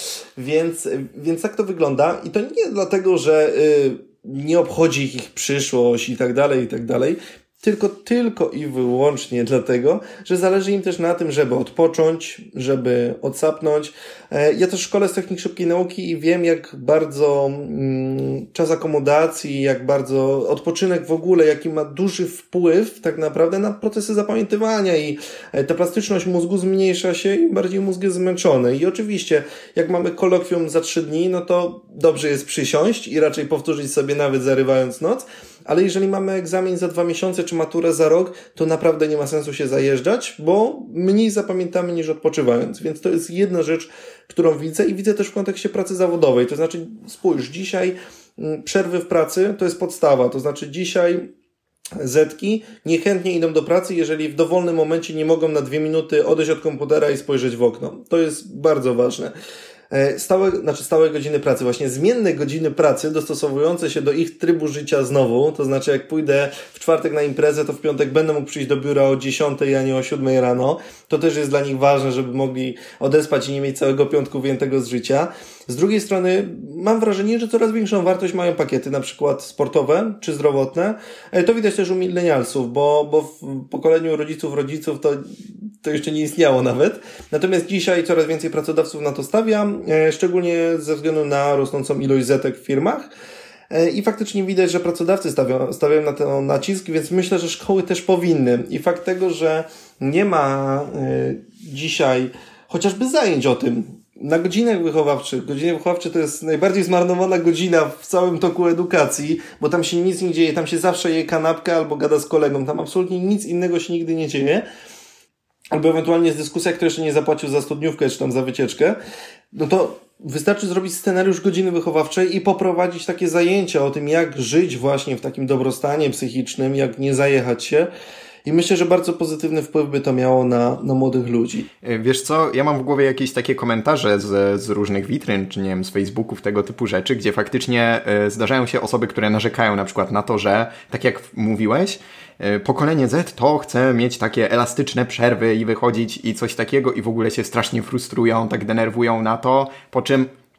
więc tak to wygląda i to nie dlatego, że nie obchodzi ich przyszłość i tak dalej, tylko i wyłącznie dlatego, że zależy im też na tym, żeby odpocząć, żeby odsapnąć. Ja też szkolę z technik szybkiej nauki i wiem, jak bardzo czas akomodacji, jak bardzo odpoczynek w ogóle, jaki ma duży wpływ tak naprawdę na procesy zapamiętywania i ta plastyczność mózgu zmniejsza się, im bardziej mózg jest zmęczony. I oczywiście, jak mamy kolokwium za 3 dni, no to dobrze jest przysiąść i raczej powtórzyć sobie nawet zarywając noc, ale jeżeli mamy egzamin za 2 miesiące czy maturę za rok, to naprawdę nie ma sensu się zajeżdżać, bo mniej zapamiętamy niż odpoczywając. Więc to jest jedna rzecz, którą widzę i widzę też w kontekście pracy zawodowej. To znaczy, spójrz, dzisiaj przerwy w pracy to jest podstawa. To znaczy dzisiaj Zetki niechętnie idą do pracy, jeżeli w dowolnym momencie nie mogą na 2 minuty odejść od komputera i spojrzeć w okno. To jest bardzo ważne. Stałe godziny pracy, właśnie zmienne godziny pracy dostosowujące się do ich trybu życia znowu, to znaczy jak pójdę w czwartek na imprezę, to w piątek będę mógł przyjść do biura o 10, a nie o 7 rano. To też jest dla nich ważne, żeby mogli odespać i nie mieć całego piątku wyjętego z życia. Z drugiej strony mam wrażenie, że coraz większą wartość mają pakiety, na przykład sportowe czy zdrowotne. To widać też u milenialsów, bo w pokoleniu rodziców to jeszcze nie istniało nawet. Natomiast dzisiaj coraz więcej pracodawców na to stawia, szczególnie ze względu na rosnącą ilość zetek w firmach. I faktycznie widać, że pracodawcy stawiają na to nacisk, więc myślę, że szkoły też powinny. I fakt tego, że nie ma dzisiaj chociażby zajęć o tym, na godzinach wychowawczych. Godziny wychowawcze to jest najbardziej zmarnowana godzina w całym toku edukacji, bo tam się nic nie dzieje, tam się zawsze je kanapkę albo gada z kolegą, tam absolutnie nic innego się nigdy nie dzieje. Albo ewentualnie jest dyskusja, kto jeszcze nie zapłacił za studniówkę czy tam za wycieczkę, no to wystarczy zrobić scenariusz godziny wychowawczej i poprowadzić takie zajęcia o tym, jak żyć właśnie w takim dobrostanie psychicznym, jak nie zajechać się. I myślę, że bardzo pozytywny wpływ by to miało na młodych ludzi. Wiesz co, ja mam w głowie jakieś takie komentarze z różnych witryn, czy nie wiem, z Facebooków, tego typu rzeczy, gdzie faktycznie zdarzają się osoby, które narzekają na przykład na to, że, tak jak mówiłeś, pokolenie Z to chce mieć takie elastyczne przerwy i wychodzić i coś takiego i w ogóle się strasznie frustrują, tak denerwują na to, po czym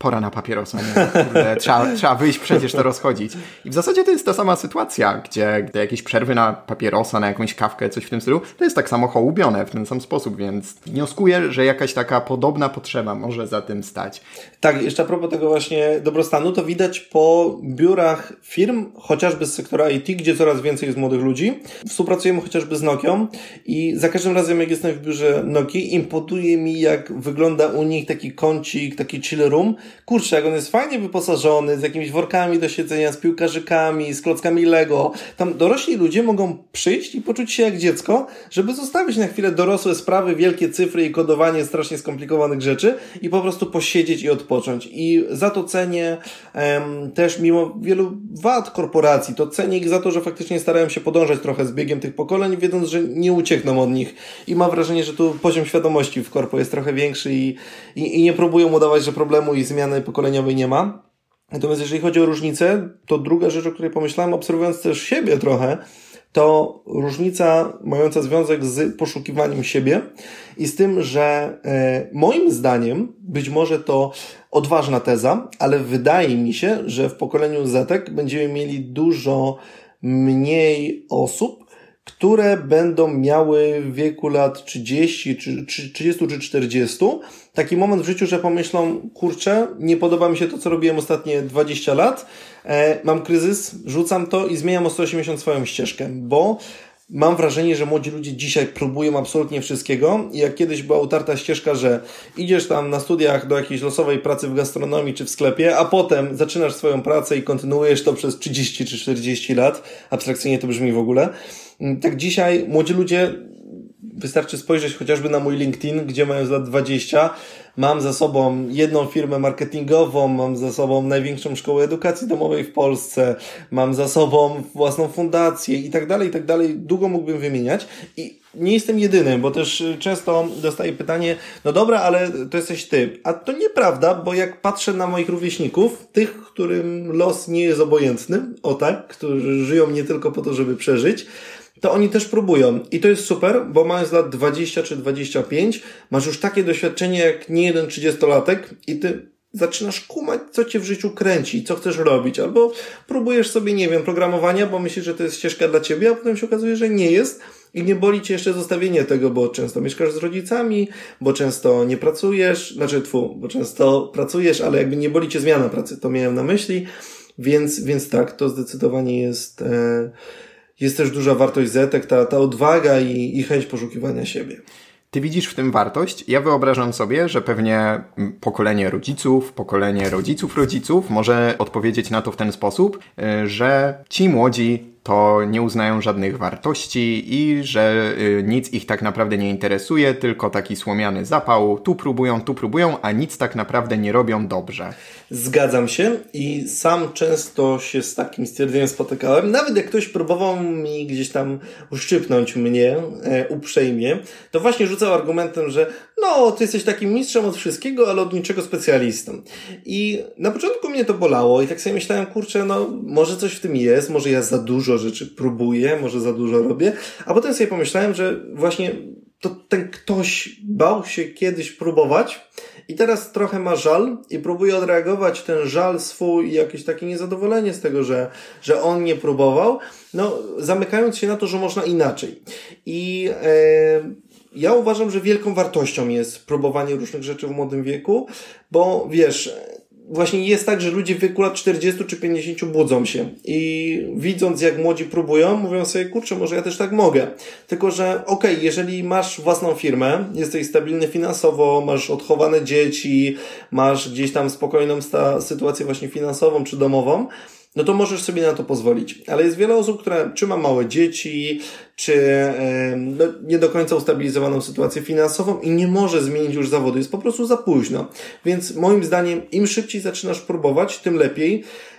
pora na papierosa, nie? Kurde, trzeba wyjść, przecież to rozchodzić. I w zasadzie to jest ta sama sytuacja, gdzie jakieś przerwy na papierosa, na jakąś kawkę, coś w tym stylu, to jest tak samo hołubione w ten sam sposób, więc wnioskuję, że jakaś taka podobna potrzeba może za tym stać. Tak, jeszcze a propos tego właśnie dobrostanu, to widać po biurach firm, chociażby z sektora IT, gdzie coraz więcej jest młodych ludzi. Współpracujemy chociażby z Nokią i za każdym razem, jak jestem w biurze Nokii, imponuje mi, jak wygląda u nich taki kącik, taki chill room. Kurczę, jak on jest fajnie wyposażony, z jakimiś workami do siedzenia, z piłkarzykami, z klockami Lego. Tam dorośli ludzie mogą przyjść i poczuć się jak dziecko, żeby zostawić na chwilę dorosłe sprawy, wielkie cyfry i kodowanie strasznie skomplikowanych rzeczy i po prostu posiedzieć i odpocząć. I za to cenię też, mimo wielu wad korporacji, to cenię ich za to, że faktycznie starają się podążać trochę z biegiem tych pokoleń, wiedząc, że nie uciekną od nich. I mam wrażenie, że tu poziom świadomości w korpo jest trochę większy i nie próbują udawać, że problemu i zmiany pokoleniowej nie ma. Natomiast jeżeli chodzi o różnicę, to druga rzecz, o której pomyślałem, obserwując też siebie trochę, to różnica mająca związek z poszukiwaniem siebie i z tym, że moim zdaniem, być może to odważna teza, ale wydaje mi się, że w pokoleniu Zetek będziemy mieli dużo mniej osób, które będą miały w wieku lat 30 czy 40 taki moment w życiu, że pomyślą, kurczę, nie podoba mi się to, co robiłem ostatnie 20 lat, mam kryzys, rzucam to i zmieniam o 180 swoją ścieżkę, bo mam wrażenie, że młodzi ludzie dzisiaj próbują absolutnie wszystkiego i jak kiedyś była utarta ścieżka, że idziesz tam na studiach do jakiejś losowej pracy w gastronomii czy w sklepie, a potem zaczynasz swoją pracę i kontynuujesz to przez 30 czy 40 lat, abstrakcyjnie to brzmi w ogóle, tak dzisiaj młodzi ludzie, wystarczy spojrzeć chociażby na mój LinkedIn, gdzie mają z lat 20, mam za sobą jedną firmę marketingową, mam za sobą największą szkołę edukacji domowej w Polsce, mam za sobą własną fundację i tak dalej, długo mógłbym wymieniać i nie jestem jedynym, bo też często dostaję pytanie, no dobra, ale to jesteś ty. A to nieprawda, bo jak patrzę na moich rówieśników, tych, którym los nie jest obojętny, o tak, którzy żyją nie tylko po to, żeby przeżyć, to oni też próbują. I to jest super, bo mając lat 20 czy 25, masz już takie doświadczenie jak niejeden 30-latek i ty zaczynasz kumać, co cię w życiu kręci, co chcesz robić, albo próbujesz sobie, nie wiem, programowania, bo myślisz, że to jest ścieżka dla ciebie, a potem się okazuje, że nie jest i nie boli cię jeszcze zostawienie tego, bo często mieszkasz z rodzicami, bo często nie pracujesz, bo często pracujesz, ale jakby nie boli cię zmiana pracy, to miałem na myśli, więc tak, to zdecydowanie jest też duża wartość Zetek, ta odwaga i chęć poszukiwania siebie. Ty widzisz w tym wartość? Ja wyobrażam sobie, że pewnie pokolenie rodziców może odpowiedzieć na to w ten sposób, że ci młodzi to nie uznają żadnych wartości i że nic ich tak naprawdę nie interesuje, tylko taki słomiany zapał, tu próbują, a nic tak naprawdę nie robią dobrze. Zgadzam się i sam często się z takim stwierdzeniem spotykałem. Nawet jak ktoś próbował mi gdzieś tam uszczypnąć mnie uprzejmie, to właśnie rzucał argumentem, że no, ty jesteś takim mistrzem od wszystkiego, ale od niczego specjalistą. I na początku mnie to bolało i tak sobie myślałem, kurczę, no może coś w tym jest, może ja za dużo rzeczy próbuję, może za dużo robię, a potem sobie pomyślałem, że właśnie to ten ktoś bał się kiedyś próbować i teraz trochę ma żal i próbuje odreagować ten żal swój i jakieś takie niezadowolenie z tego, że on nie próbował, no zamykając się na to, że można inaczej. I ja uważam, że wielką wartością jest próbowanie różnych rzeczy w młodym wieku, bo wiesz, właśnie jest tak, że ludzie w wieku lat 40 czy 50 budzą się i widząc jak młodzi próbują, mówią sobie, kurczę, może ja też tak mogę. Tylko, że okej, jeżeli masz własną firmę, jesteś stabilny finansowo, masz odchowane dzieci, masz gdzieś tam spokojną sytuację właśnie finansową czy domową, no to możesz sobie na to pozwolić. Ale jest wiele osób, które czy ma małe dzieci, czy nie do końca ustabilizowaną sytuację finansową i nie może zmienić już zawodu. Jest po prostu za późno. Więc moim zdaniem im szybciej zaczynasz próbować, tym lepiej.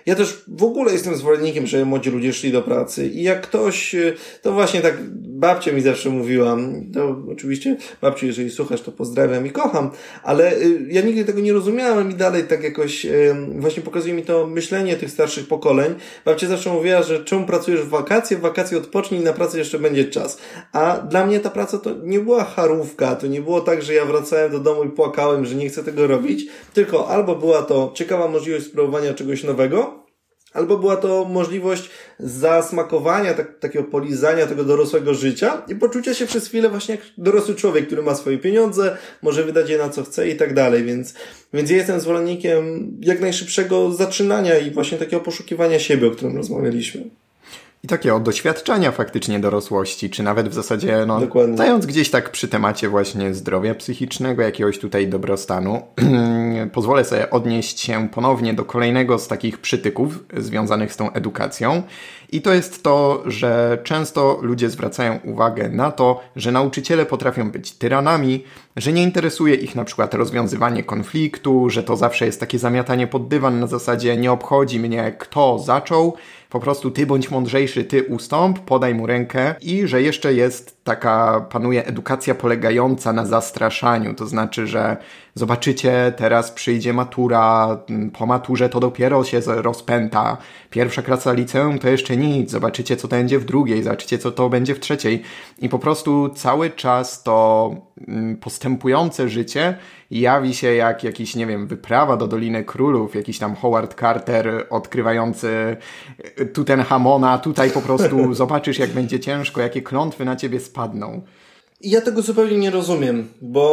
Ja też w ogóle jestem zwolennikiem, żeby młodzi ludzie szli do pracy i jak ktoś, to właśnie tak babcia mi zawsze mówiła, to oczywiście babciu, jeżeli słuchasz, to pozdrawiam i kocham, ale ja nigdy tego nie rozumiałem i dalej tak jakoś właśnie pokazuje mi to myślenie tych starszych pokoleń. Babcia zawsze mówiła, że czemu pracujesz w wakacje odpocznij, na pracę jeszcze będzie czas. A dla mnie ta praca to nie była charówka, to nie było tak, że ja wracałem do domu i płakałem, że nie chcę tego robić, tylko albo była to ciekawa możliwość spróbowania czegoś nowego, albo była to możliwość zasmakowania, takiego polizania tego dorosłego życia i poczucia się przez chwilę właśnie jak dorosły człowiek, który ma swoje pieniądze, może wydać je na co chce i tak dalej, więc ja jestem zwolennikiem jak najszybszego zaczynania i właśnie takiego poszukiwania siebie, o którym rozmawialiśmy. I takiego doświadczenia faktycznie dorosłości, czy nawet w zasadzie, Dokładnie. Stając gdzieś tak przy temacie właśnie zdrowia psychicznego, jakiegoś tutaj dobrostanu, pozwolę sobie odnieść się ponownie do kolejnego z takich przytyków związanych z tą edukacją. I to jest to, że często ludzie zwracają uwagę na to, że nauczyciele potrafią być tyranami, że nie interesuje ich na przykład rozwiązywanie konfliktu, że to zawsze jest takie zamiatanie pod dywan na zasadzie nie obchodzi mnie kto zaczął, po prostu ty bądź mądrzejszy, ty ustąp, podaj mu rękę i że jeszcze jest panuje edukacja polegająca na zastraszaniu, to znaczy, że zobaczycie, teraz przyjdzie matura, po maturze to dopiero się rozpęta, pierwsza klasa liceum to jeszcze nic, zobaczycie co to będzie w drugiej, zobaczycie co to będzie w trzeciej i po prostu cały czas to postępujące życie jawi się jak jakiś, nie wiem, wyprawa do Doliny Królów, jakiś tam Howard Carter odkrywający Tutenchamona, tutaj po prostu zobaczysz jak będzie ciężko, jakie klątwy na ciebie spadną. Ja tego zupełnie nie rozumiem,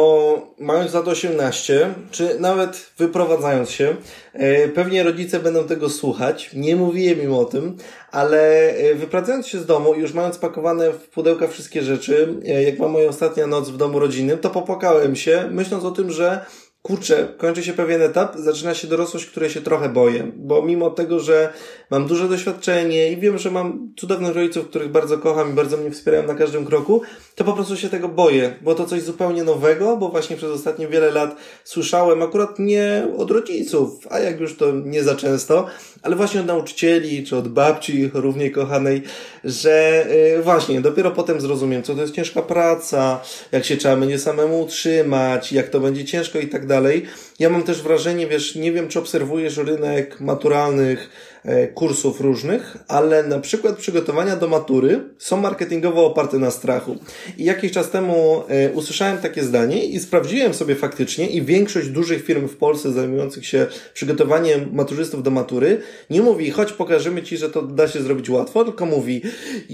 bo mając lat 18, czy nawet wyprowadzając się, pewnie rodzice będą tego słuchać, nie mówiłem im o tym, ale wyprowadzając się z domu i już mając pakowane w pudełka wszystkie rzeczy, jak była moja ostatnia noc w domu rodzinnym, to popłakałem się, myśląc o tym, że kurczę, kończy się pewien etap, zaczyna się dorosłość, której się trochę boję, bo mimo tego, że mam duże doświadczenie i wiem, że mam cudownych rodziców, których bardzo kocham i bardzo mnie wspierają na każdym kroku, to po prostu się tego boję, bo to coś zupełnie nowego, bo właśnie przez ostatnie wiele lat słyszałem, akurat nie od rodziców, a jak już to nie za często, ale właśnie od nauczycieli, czy od babci równie kochanej, że właśnie dopiero potem zrozumiem, co to jest ciężka praca, jak się trzeba będzie samemu utrzymać, jak to będzie ciężko i tak dalej. Ja mam też wrażenie, wiesz, nie wiem, czy obserwujesz rynek maturalnych kursów różnych, ale na przykład przygotowania do matury są marketingowo oparte na strachu. I jakiś czas temu usłyszałem takie zdanie i sprawdziłem sobie faktycznie i większość dużych firm w Polsce zajmujących się przygotowaniem maturzystów do matury nie mówi, chodź pokażemy ci, że to da się zrobić łatwo, tylko mówi,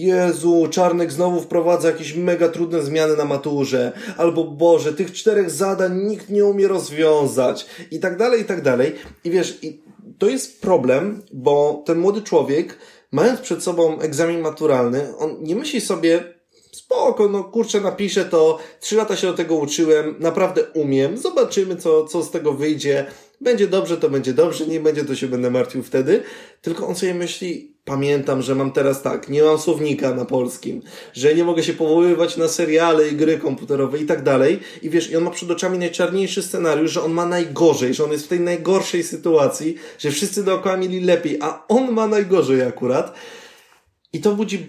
Jezu, Czarnek znowu wprowadza jakieś mega trudne zmiany na maturze, albo Boże, tych 4 zadań nikt nie umie rozwiązać i tak dalej, i tak dalej. I wiesz, to jest problem, bo ten młody człowiek, mając przed sobą egzamin maturalny, on nie myśli sobie, spoko, no kurczę, napiszę to, 3 lata się do tego uczyłem, naprawdę umiem, zobaczymy co z tego wyjdzie, będzie dobrze, to będzie dobrze, nie będzie, to się będę martwił wtedy, tylko on sobie myśli, pamiętam, że mam teraz tak, nie mam słownika na polskim, że nie mogę się powoływać na seriale i gry komputerowe i tak dalej. I wiesz, i on ma przed oczami najczarniejszy scenariusz, że on ma najgorzej, że on jest w tej najgorszej sytuacji, że wszyscy dookoła mieli lepiej, a on ma najgorzej akurat. I to budzi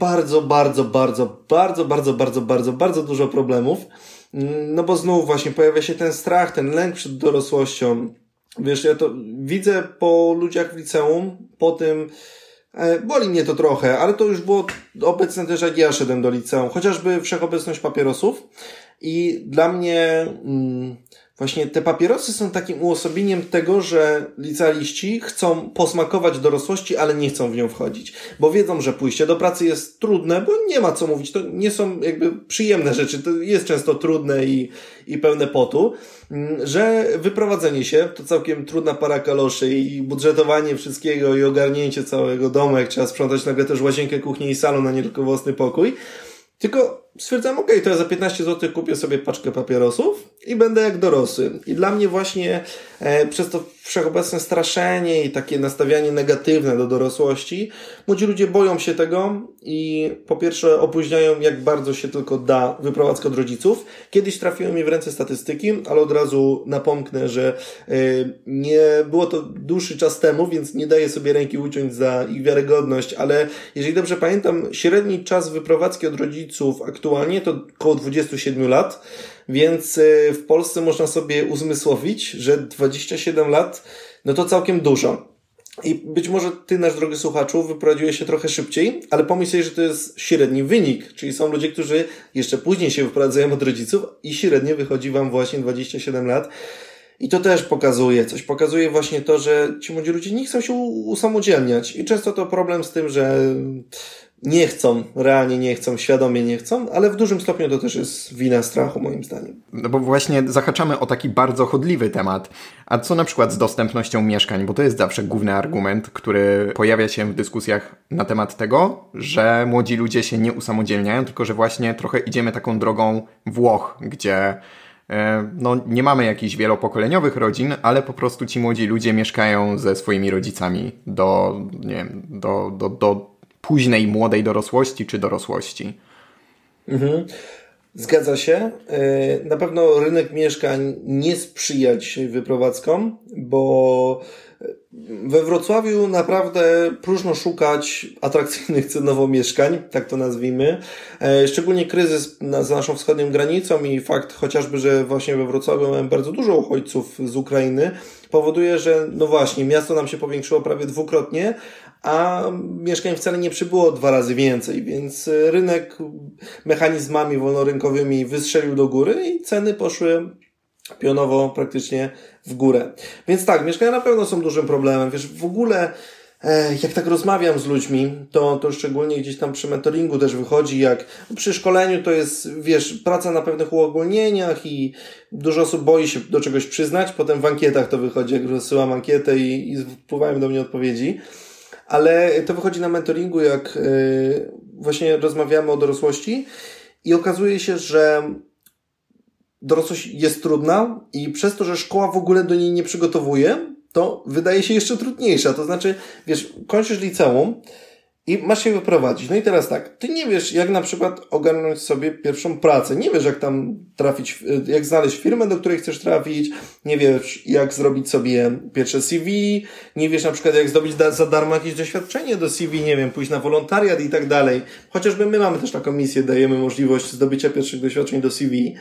bardzo dużo problemów. No bo znów właśnie pojawia się ten strach, ten lęk przed dorosłością. Wiesz, ja to widzę po ludziach w liceum, po tym, boli mnie to trochę, ale to już było obecne też jak ja szedłem do liceum, chociażby wszechobecność papierosów i dla mnie właśnie te papierosy są takim uosobieniem tego, że licealiści chcą posmakować dorosłości, ale nie chcą w nią wchodzić, bo wiedzą, że pójście do pracy jest trudne, bo nie ma co mówić, to nie są jakby przyjemne rzeczy, to jest często trudne i pełne potu, że wyprowadzenie się to całkiem trudna para kaloszy i budżetowanie wszystkiego i ogarnięcie całego domu, jak trzeba sprzątać nagle też łazienkę, kuchnię i salon, a nie tylko własny pokój. Tylko stwierdzam, to ja za 15 zł kupię sobie paczkę papierosów i będę jak dorosły. I dla mnie właśnie przez to wszechobecne straszenie i takie nastawianie negatywne do dorosłości, młodzi ludzie boją się tego i po pierwsze opóźniają jak bardzo się tylko da wyprowadzkę od rodziców. Kiedyś trafiły mi w ręce statystyki, ale od razu napomknę, że nie było to dłuższy czas temu, więc nie daję sobie ręki uciąć za ich wiarygodność, ale jeżeli dobrze pamiętam, średni czas wyprowadzki od rodziców aktualnie to około 27 lat, więc w Polsce można sobie uzmysłowić, że 27 lat, no to całkiem dużo. I być może ty, nasz drogi słuchaczu, wyprowadziłeś się trochę szybciej, ale pomyśl sobie, że to jest średni wynik, czyli są ludzie, którzy jeszcze później się wyprowadzają od rodziców i średnio wychodzi wam właśnie 27 lat. I to też pokazuje coś. Pokazuje właśnie to, że ci młodzi ludzie nie chcą się usamodzielniać. I często to problem z tym, że nie chcą, realnie nie chcą, świadomie nie chcą, ale w dużym stopniu to też jest wina strachu, moim zdaniem. No bo właśnie zahaczamy o taki bardzo chodliwy temat. A co na przykład z dostępnością mieszkań? Bo to jest zawsze główny argument, który pojawia się w dyskusjach na temat tego, że młodzi ludzie się nie usamodzielniają, tylko że właśnie trochę idziemy taką drogą Włoch, gdzie no, nie mamy jakichś wielopokoleniowych rodzin, ale po prostu ci młodzi ludzie mieszkają ze swoimi rodzicami do późnej, młodej dorosłości czy dorosłości. Mhm. Zgadza się. Na pewno rynek mieszkań nie sprzyja dzisiaj wyprowadzkom, bo we Wrocławiu naprawdę próżno szukać atrakcyjnych cenowo mieszkań, tak to nazwijmy. Szczególnie kryzys za naszą wschodnią granicą i fakt chociażby, że właśnie we Wrocławiu mamy bardzo dużo uchodźców z Ukrainy, powoduje, że no właśnie, miasto nam się powiększyło prawie dwukrotnie, a mieszkań wcale nie przybyło 2 razy więcej, więc rynek mechanizmami wolnorynkowymi wystrzelił do góry i ceny poszły pionowo praktycznie w górę. Więc tak, mieszkania na pewno są dużym problemem. Wiesz, w ogóle jak tak rozmawiam z ludźmi, to szczególnie gdzieś tam przy mentoringu też wychodzi, jak przy szkoleniu to jest, wiesz, praca na pewnych uogólnieniach i dużo osób boi się do czegoś przyznać, potem w ankietach to wychodzi, jak rozsyłam ankietę i wpływają do mnie odpowiedzi. Ale to wychodzi na mentoringu, jak właśnie rozmawiamy o dorosłości i okazuje się, że dorosłość jest trudna i przez to, że szkoła w ogóle do niej nie przygotowuje, to wydaje się jeszcze trudniejsza. To znaczy, wiesz, kończysz liceum i masz się wyprowadzić. No i teraz tak, ty nie wiesz, jak na przykład ogarnąć sobie pierwszą pracę. Nie wiesz, jak tam trafić, jak znaleźć firmę, do której chcesz trafić. Nie wiesz, jak zrobić sobie pierwsze CV. Nie wiesz na przykład, jak zdobyć za darmo jakieś doświadczenie do CV. Nie wiem, pójść na wolontariat i tak dalej. Chociażby my mamy też taką misję, dajemy możliwość zdobycia pierwszych doświadczeń do CV.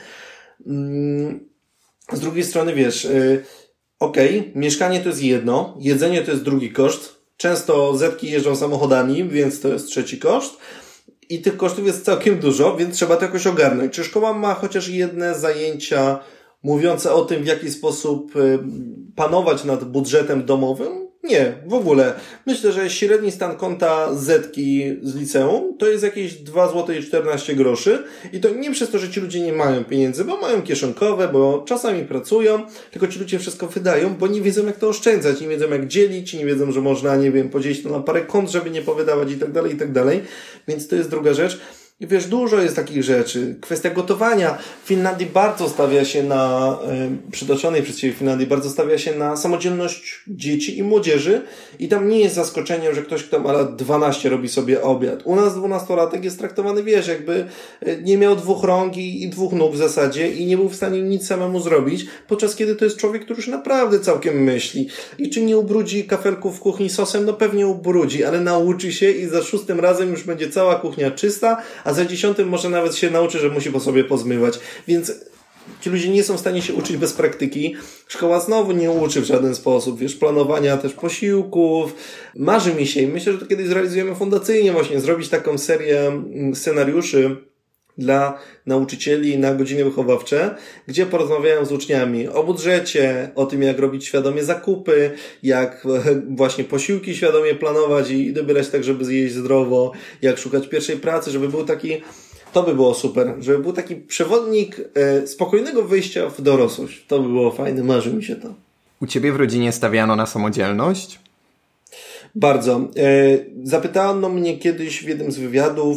Z drugiej strony, wiesz, mieszkanie to jest jedno, jedzenie to jest drugi koszt. Często zetki jeżdżą samochodami, więc to jest trzeci koszt. I tych kosztów jest całkiem dużo, więc trzeba to jakoś ogarnąć. Czy szkoła ma chociaż jedne zajęcia mówiące o tym, w jaki sposób panować nad budżetem domowym? Nie, w ogóle. Myślę, że średni stan konta zetki z liceum to jest jakieś 2,14 zł i to nie przez to, że ci ludzie nie mają pieniędzy, bo mają kieszonkowe, bo czasami pracują, tylko ci ludzie wszystko wydają, bo nie wiedzą, jak to oszczędzać, nie wiedzą, jak dzielić, nie wiedzą, że można, nie wiem, podzielić to na parę kont, żeby nie powydawać i tak dalej, więc to jest druga rzecz. I wiesz, dużo jest takich rzeczy. Kwestia gotowania. W Finlandii bardzo stawia się na, przytoczonej przez Ciebie Finlandii, bardzo stawia się na samodzielność dzieci i młodzieży i tam nie jest zaskoczeniem, że ktoś, kto ma lat 12 robi sobie obiad. U nas 12-latek jest traktowany, wiesz, jakby nie miał 2 rąk i 2 nóg w zasadzie i nie był w stanie nic samemu zrobić, podczas kiedy to jest człowiek, który już naprawdę całkiem myśli. I czy nie ubrudzi kafelków w kuchni sosem? No pewnie ubrudzi, ale nauczy się i za 6 razem już będzie cała kuchnia czysta, a za 10 może nawet się nauczy, że musi po sobie pozmywać. Więc ci ludzie nie są w stanie się uczyć bez praktyki. Szkoła znowu nie uczy w żaden sposób, wiesz, planowania też posiłków. Marzy mi się i myślę, że to kiedyś zrealizujemy fundacyjnie właśnie, zrobić taką serię scenariuszy dla nauczycieli na godziny wychowawcze, gdzie porozmawiają z uczniami o budżecie, o tym, jak robić świadomie zakupy, jak właśnie posiłki świadomie planować i dobierać tak, żeby zjeść zdrowo, jak szukać pierwszej pracy, żeby był taki, to by było super, żeby był taki przewodnik spokojnego wyjścia w dorosłość. To by było fajne, marzy mi się to. U Ciebie w rodzinie stawiano na samodzielność? Bardzo. Zapytano mnie kiedyś w jednym z wywiadów,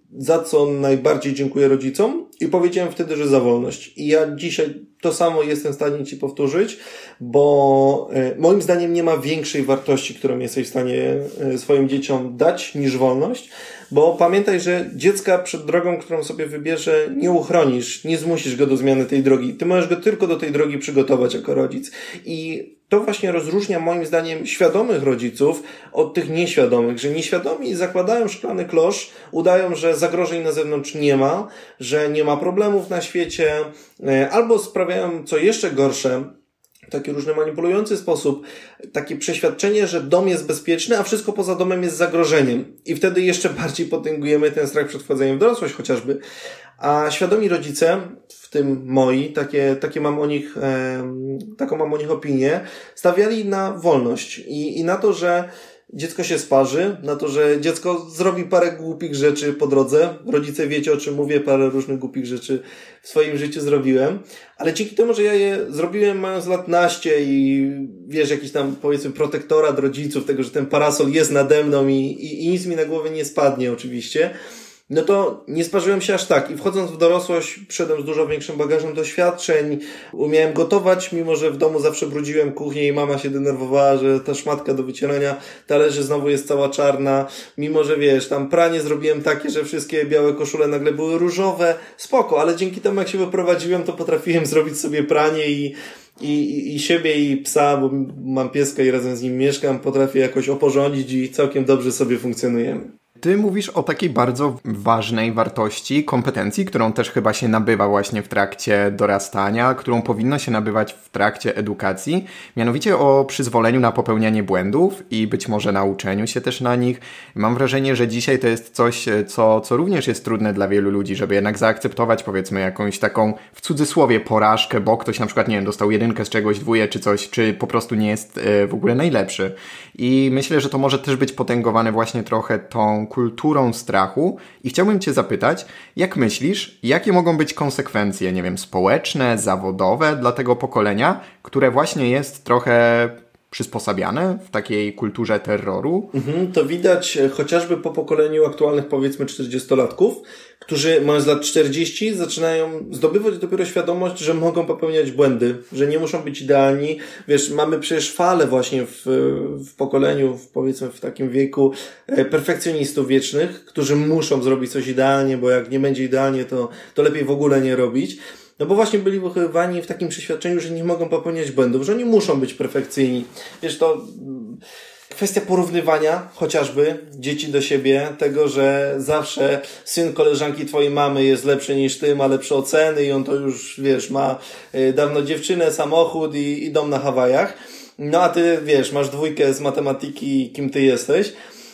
za co najbardziej dziękuję rodzicom i powiedziałem wtedy, że za wolność. I ja dzisiaj to samo jestem w stanie Ci powtórzyć, bo moim zdaniem nie ma większej wartości, którą jesteś w stanie swoim dzieciom dać niż wolność, bo pamiętaj, że dziecka przed drogą, którą sobie wybierze, nie uchronisz, nie zmusisz go do zmiany tej drogi. Ty możesz go tylko do tej drogi przygotować jako rodzic. I to właśnie rozróżnia moim zdaniem świadomych rodziców od tych nieświadomych, że nieświadomi zakładają szklany klosz, udają, że zagrożeń na zewnątrz nie ma, że nie ma problemów na świecie, albo sprawiają, co jeszcze gorsze, w taki różny manipulujący sposób, takie przeświadczenie, że dom jest bezpieczny, a wszystko poza domem jest zagrożeniem. I wtedy jeszcze bardziej potęgujemy ten strach przed wchodzeniem w dorosłość chociażby. A świadomi rodzice, w tym moi, taką mam o nich opinię, stawiali na wolność i na to, że dziecko się sparzy, na to, że dziecko zrobi parę głupich rzeczy po drodze. Rodzice wiecie, o czym mówię, parę różnych głupich rzeczy w swoim życiu zrobiłem, ale dzięki temu, że ja je zrobiłem mając lat naście i wiesz, jakiś tam powiedzmy protektorat rodziców, tego, że ten parasol jest nade mną i nic mi na głowę nie spadnie oczywiście, no to nie sparzyłem się aż tak i wchodząc w dorosłość przyszedłem z dużo większym bagażem doświadczeń, umiałem gotować, mimo że w domu zawsze brudziłem kuchnię i mama się denerwowała, że ta szmatka do wycierania talerzy znowu jest cała czarna, mimo że wiesz, tam pranie zrobiłem takie, że wszystkie białe koszule nagle były różowe, spoko, ale dzięki temu jak się wyprowadziłem, to potrafiłem zrobić sobie pranie i siebie i psa, bo mam pieska i razem z nim mieszkam, potrafię jakoś oporządzić i całkiem dobrze sobie funkcjonujemy. Ty mówisz o takiej bardzo ważnej wartości, kompetencji, którą też chyba się nabywa właśnie w trakcie dorastania, którą powinno się nabywać w trakcie edukacji, mianowicie o przyzwoleniu na popełnianie błędów i być może nauczeniu się też na nich. Mam wrażenie, że dzisiaj to jest coś, co również jest trudne dla wielu ludzi, żeby jednak zaakceptować powiedzmy jakąś taką w cudzysłowie porażkę, bo ktoś na przykład, nie wiem, dostał 1 z czegoś, 2 czy coś, czy po prostu nie jest w ogóle najlepszy. I myślę, że to może też być potęgowane właśnie trochę tą kulturą strachu i chciałbym Cię zapytać, jak myślisz, jakie mogą być konsekwencje, nie wiem, społeczne, zawodowe dla tego pokolenia, które właśnie jest trochę przysposabiane w takiej kulturze terroru? To widać chociażby po pokoleniu aktualnych powiedzmy 40-latków, którzy mając lat 40 zaczynają zdobywać dopiero świadomość, że mogą popełniać błędy, że nie muszą być idealni. Wiesz, mamy przecież falę właśnie w pokoleniu, powiedzmy w takim wieku perfekcjonistów wiecznych, którzy muszą zrobić coś idealnie, bo jak nie będzie idealnie, to lepiej w ogóle nie robić. No bo właśnie byli wychowywani w takim przeświadczeniu, że nie mogą popełniać błędów, że oni muszą być perfekcyjni. Wiesz, to kwestia porównywania chociażby dzieci do siebie, tego, że zawsze syn koleżanki twojej mamy jest lepszy niż ty, ma lepsze oceny i on to już, wiesz, ma dawno dziewczynę, samochód i dom na Hawajach. No a ty, wiesz, masz 2 z matematyki, kim ty jesteś.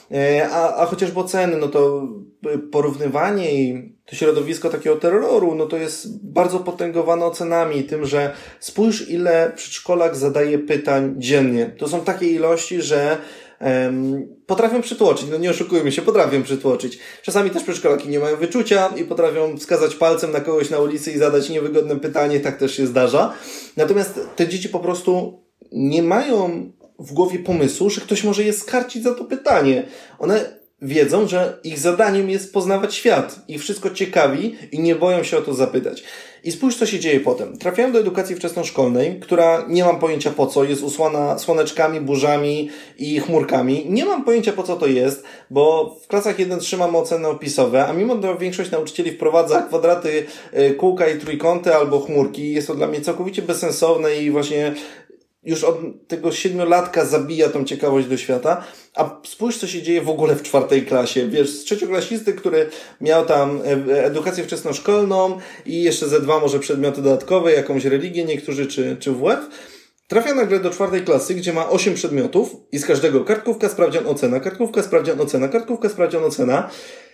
A chociażby oceny, no to porównywanie i to środowisko takiego terroru, no to jest bardzo potęgowane ocenami, tym, że spójrz ile przedszkolak zadaje pytań dziennie. To są takie ilości, że potrafią przytłoczyć, no nie oszukujmy się, potrafią przytłoczyć. Czasami też przedszkolaki nie mają wyczucia i potrafią wskazać palcem na kogoś na ulicy i zadać niewygodne pytanie, tak też się zdarza. Natomiast te dzieci po prostu nie mają w głowie pomysłu, że ktoś może je skarcić za to pytanie. One wiedzą, że ich zadaniem jest poznawać świat. Ich wszystko ciekawi i nie boją się o to zapytać. I spójrz, co się dzieje potem. Trafiają do edukacji wczesnoszkolnej, która nie mam pojęcia po co, jest usłana słoneczkami, burzami i chmurkami. Nie mam pojęcia po co to jest, bo w klasach 1-3 mamy oceny opisowe, a mimo to większość nauczycieli wprowadza kwadraty, kółka i trójkąty albo chmurki. Jest to dla mnie całkowicie bezsensowne i właśnie już od tego 7-latka zabija tą ciekawość do świata, a spójrz, co się dzieje w ogóle w 4. klasie. Wiesz, z 3-klasisty, który miał tam edukację wczesnoszkolną i jeszcze ze 2 może przedmioty dodatkowe, jakąś religię niektórzy, czy WF, trafia nagle do 4. klasy, gdzie ma 8 przedmiotów i z każdego kartkówka, sprawdzian, ocena, kartkówka, sprawdzian, ocena, kartkówka, sprawdzian, ocena.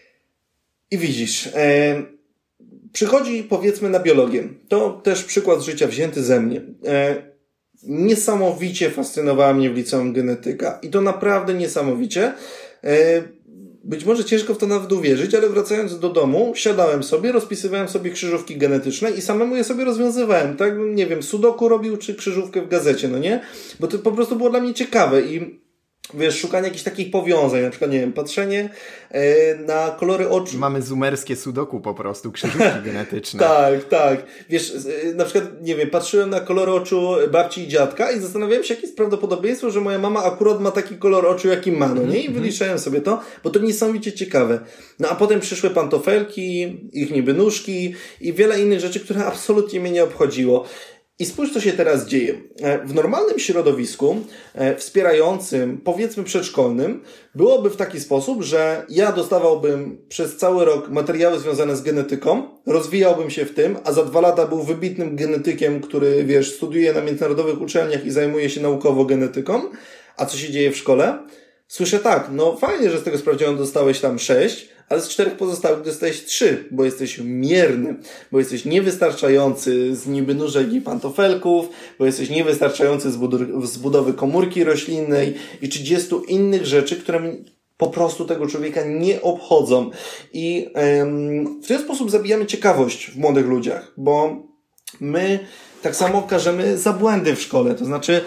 I widzisz, przychodzi powiedzmy na biologię. To też przykład z życia wzięty ze mnie. Niesamowicie fascynowała mnie w liceum genetyka. I to naprawdę niesamowicie. Być może ciężko w to nawet uwierzyć, ale wracając do domu, siadałem sobie, rozpisywałem sobie krzyżówki genetyczne i samemu je sobie rozwiązywałem. Tak, nie wiem, sudoku robił, czy krzyżówkę w gazecie, no nie? Bo to po prostu było dla mnie ciekawe i wiesz, szukanie jakichś takich powiązań, na przykład, nie wiem, patrzenie na kolory oczu. Mamy zumerskie sudoku po prostu, krzyżówki genetyczne. Tak. Wiesz, na przykład, nie wiem, patrzyłem na kolor oczu babci i dziadka i zastanawiałem się, jakie jest prawdopodobieństwo, że moja mama akurat ma taki kolor oczu, jaki ma, no nie? I wyliczałem sobie to, bo to niesamowicie ciekawe. No a potem przyszły pantofelki, ich niby nóżki i wiele innych rzeczy, które absolutnie mnie nie obchodziło. I spójrz, co się teraz dzieje. W normalnym środowisku wspierającym, powiedzmy przedszkolnym, byłoby w taki sposób, że ja dostawałbym przez cały rok materiały związane z genetyką, rozwijałbym się w tym, a za 2 lata był wybitnym genetykiem, który, wiesz, studiuje na międzynarodowych uczelniach i zajmuje się naukowo genetyką. A co się dzieje w szkole? Słyszę tak, no fajnie, że z tego sprawdzianu dostałeś tam 6, ale z 4 pozostałych dostałeś 3, bo jesteś mierny, bo jesteś niewystarczający z niby nóżek i pantofelków, bo jesteś niewystarczający z budowy komórki roślinnej i 30 innych rzeczy, które po prostu tego człowieka nie obchodzą. I w ten sposób zabijamy ciekawość w młodych ludziach, bo my tak samo karzemy za błędy w szkole, to znaczy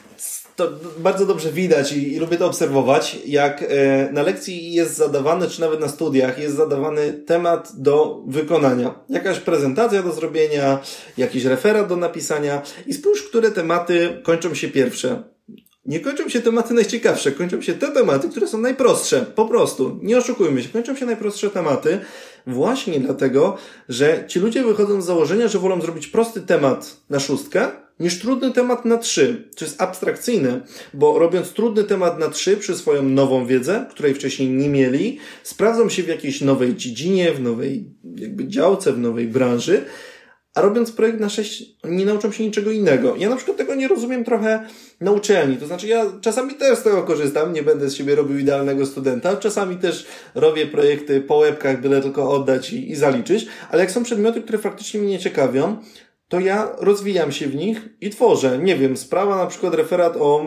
to bardzo dobrze widać i lubię to obserwować, jak na lekcji jest zadawany, czy nawet na studiach jest zadawany temat do wykonania. Jakaś prezentacja do zrobienia, jakiś referat do napisania i spójrz, które tematy kończą się pierwsze. Nie kończą się tematy najciekawsze, kończą się te tematy, które są najprostsze. Po prostu. Nie oszukujmy się. Kończą się najprostsze tematy właśnie dlatego, że ci ludzie wychodzą z założenia, że wolą zrobić prosty temat na 6 niż trudny temat na 3. To jest abstrakcyjne, bo robiąc trudny temat na 3 przyswoją nową wiedzę, której wcześniej nie mieli, sprawdzą się w jakiejś nowej dziedzinie, w nowej jakby działce, w nowej branży, a robiąc projekt na 6 nie nauczą się niczego innego. Ja na przykład tego nie rozumiem trochę na uczelni. To znaczy ja czasami też z tego korzystam, nie będę z siebie robił idealnego studenta, czasami też robię projekty po łebkach, byle tylko oddać i zaliczyć, ale jak są przedmioty, które faktycznie mnie ciekawią, to ja rozwijam się w nich i tworzę. Nie wiem, sprawa na przykład referat o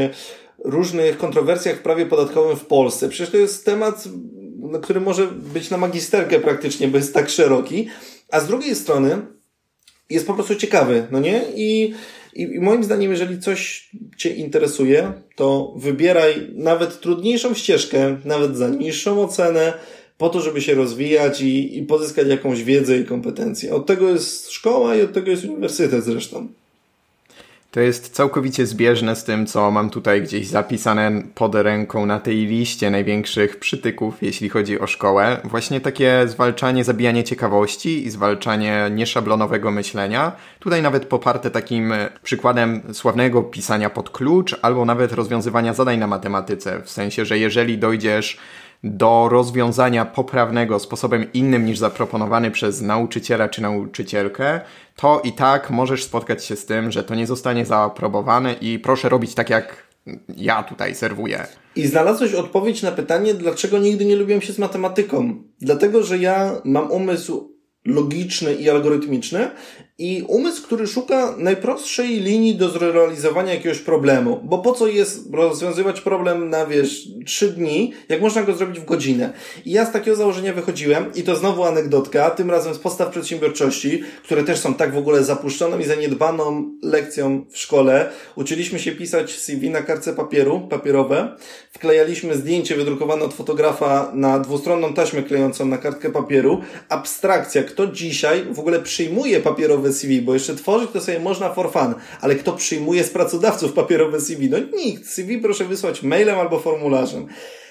różnych kontrowersjach w prawie podatkowym w Polsce. Przecież to jest temat, który może być na magisterkę praktycznie, bo jest tak szeroki, a z drugiej strony jest po prostu ciekawy, no nie? I moim zdaniem, jeżeli coś Cię interesuje, to wybieraj nawet trudniejszą ścieżkę, nawet za niższą ocenę, po to, żeby się rozwijać i pozyskać jakąś wiedzę i kompetencje. Od tego jest szkoła i od tego jest uniwersytet zresztą. To jest całkowicie zbieżne z tym, co mam tutaj gdzieś zapisane pod ręką na tej liście największych przytyków, jeśli chodzi o szkołę. Właśnie takie zwalczanie, zabijanie ciekawości i zwalczanie nieszablonowego myślenia. Tutaj nawet poparte takim przykładem sławnego pisania pod klucz albo nawet rozwiązywania zadań na matematyce. W sensie, że jeżeli dojdziesz do rozwiązania poprawnego sposobem innym niż zaproponowany przez nauczyciela czy nauczycielkę, to i tak możesz spotkać się z tym, że to nie zostanie zaaprobowane i proszę robić tak, jak ja tutaj serwuję. I znalazłeś odpowiedź na pytanie, dlaczego nigdy nie lubiłem się z matematyką. Dlatego, że ja mam umysł logiczny i algorytmiczny i umysł, który szuka najprostszej linii do zrealizowania jakiegoś problemu. Bo po co jest rozwiązywać problem na, 3 dni, jak można go zrobić w godzinę. I ja z takiego założenia wychodziłem i to znowu anegdotka, tym razem z podstaw przedsiębiorczości, które też są tak w ogóle zapuszczoną i zaniedbaną lekcją w szkole. Uczyliśmy się pisać CV na kartce papierowe, wklejaliśmy zdjęcie wydrukowane od fotografa na dwustronną taśmę klejącą na kartkę papieru. Abstrakcja. Kto dzisiaj w ogóle przyjmuje papierowe CV, bo jeszcze tworzyć to sobie można for fun, ale kto przyjmuje z pracodawców papierowe CV? No nikt. CV proszę wysłać mailem albo formularzem.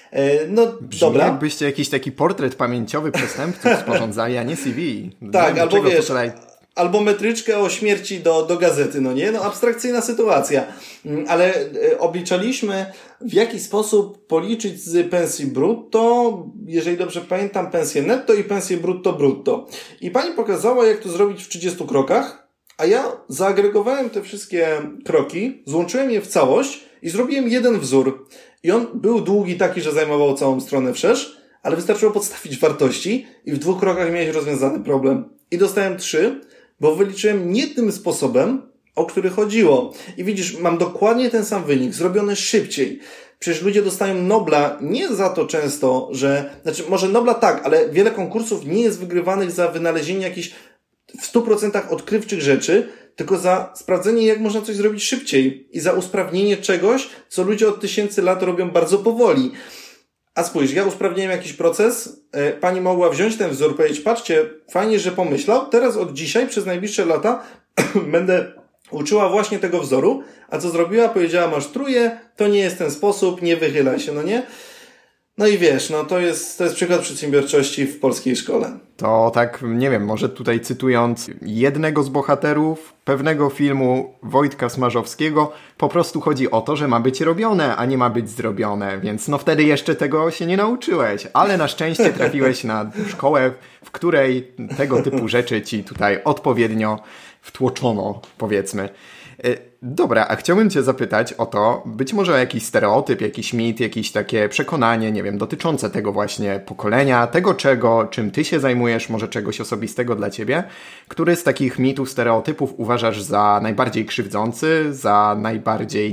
No brzmi, dobra. Jakbyście jakiś taki portret pamięciowy przestępców sporządzali, a nie CV. Tak, albo wiesz, albo metryczkę o śmierci do gazety, no nie? No abstrakcyjna sytuacja. Ale obliczaliśmy, w jaki sposób policzyć z pensji brutto, jeżeli dobrze pamiętam, pensję netto i pensję brutto. I pani pokazała, jak to zrobić w 30 krokach, a ja zaagregowałem te wszystkie kroki, złączyłem je w całość i zrobiłem jeden wzór. I on był długi taki, że zajmował całą stronę wszerz, ale wystarczyło podstawić wartości i w 2 krokach miałeś rozwiązany problem. I dostałem 3, bo wyliczyłem nie tym sposobem, o który chodziło. I widzisz, mam dokładnie ten sam wynik, zrobiony szybciej. Przecież ludzie dostają Nobla nie za to często, że... Znaczy, może Nobla tak, ale wiele konkursów nie jest wygrywanych za wynalezienie jakichś w 100% odkrywczych rzeczy, tylko za sprawdzenie, jak można coś zrobić szybciej i za usprawnienie czegoś, co ludzie od tysięcy lat robią bardzo powoli. A spójrz, ja usprawniłem jakiś proces, pani mogła wziąć ten wzór, powiedzieć, patrzcie, fajnie, że pomyślał, teraz od dzisiaj przez najbliższe lata będę uczyła właśnie tego wzoru, a co zrobiła? Powiedziała, masz trójkę, to nie jest ten sposób, nie wychylaj się, no nie? No i wiesz, no to jest przykład przedsiębiorczości w polskiej szkole. To tak, nie wiem, może tutaj cytując jednego z bohaterów pewnego filmu Wojtka Smarzowskiego, po prostu chodzi o to, że ma być robione, a nie ma być zrobione, więc no wtedy jeszcze tego się nie nauczyłeś, ale na szczęście trafiłeś na szkołę, w której tego typu rzeczy ci tutaj odpowiednio wtłoczono, powiedzmy. Dobra, a chciałbym cię zapytać o to, być może o jakiś stereotyp, jakiś mit, jakieś takie przekonanie, nie wiem, dotyczące tego właśnie pokolenia, tego czym ty się zajmujesz, może czegoś osobistego dla ciebie. Który z takich mitów, stereotypów uważasz za najbardziej krzywdzący, za najbardziej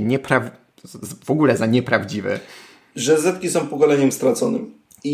w ogóle za nieprawdziwy? Że Zetki są pokoleniem straconym.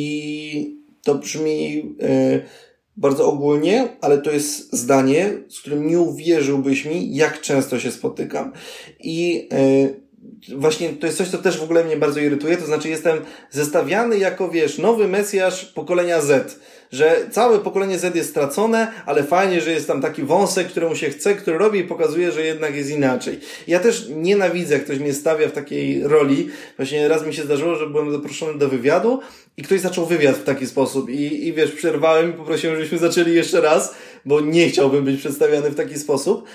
I to brzmi bardzo ogólnie, ale to jest zdanie, z którym nie uwierzyłbyś mi, jak często się spotykam. I właśnie to jest coś, co też w ogóle mnie bardzo irytuje, to znaczy jestem zestawiany jako, wiesz, nowy Mesjasz pokolenia Z, że całe pokolenie Z jest stracone, ale fajnie, że jest tam taki wąsek, któremu się chce, który robi i pokazuje, że jednak jest inaczej. Ja też nienawidzę, jak ktoś mnie stawia w takiej roli. Właśnie raz mi się zdarzyło, że byłem zaproszony do wywiadu i ktoś zaczął wywiad w taki sposób i wiesz, przerwałem i poprosiłem, żebyśmy zaczęli jeszcze raz, bo nie chciałbym być przedstawiany w taki sposób.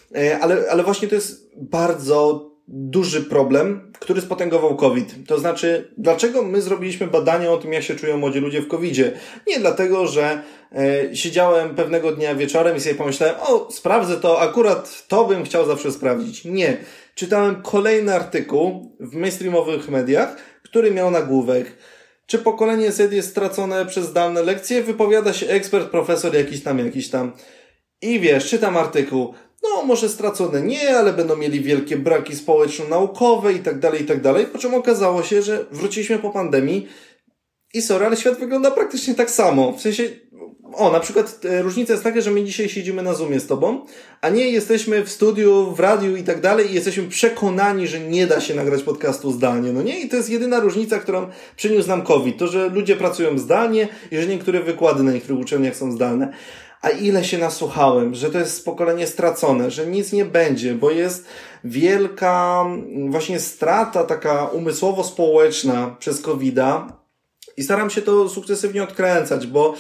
Ale właśnie to jest bardzo duży problem, który spotęgował COVID. To znaczy, dlaczego my zrobiliśmy badania o tym, jak się czują młodzi ludzie w COVID-zie? Nie dlatego, że siedziałem pewnego dnia wieczorem i sobie pomyślałem, sprawdzę to, akurat to bym chciał zawsze sprawdzić. Nie. Czytałem kolejny artykuł w mainstreamowych mediach, który miał nagłówek: czy pokolenie Z jest stracone przez zdalne lekcje? Wypowiada się ekspert, profesor jakiś tam. I wiesz, czytam artykuł. No, może stracone nie, ale będą mieli wielkie braki społeczno-naukowe i tak dalej. Po czym okazało się, że wróciliśmy po pandemii i sorry, ale świat wygląda praktycznie tak samo. W sensie, na przykład różnica jest taka, że my dzisiaj siedzimy na Zoomie z tobą, a nie jesteśmy w studiu, w radiu i tak dalej i jesteśmy przekonani, że nie da się nagrać podcastu zdalnie, no nie? I to jest jedyna różnica, którą przyniósł nam COVID. To, że ludzie pracują zdalnie i że niektóre wykłady na niektórych uczelniach są zdalne. A ile się nasłuchałem, że to jest pokolenie stracone, że nic nie będzie, bo jest wielka właśnie strata taka umysłowo-społeczna przez COVID-a i staram się to sukcesywnie odkręcać, bo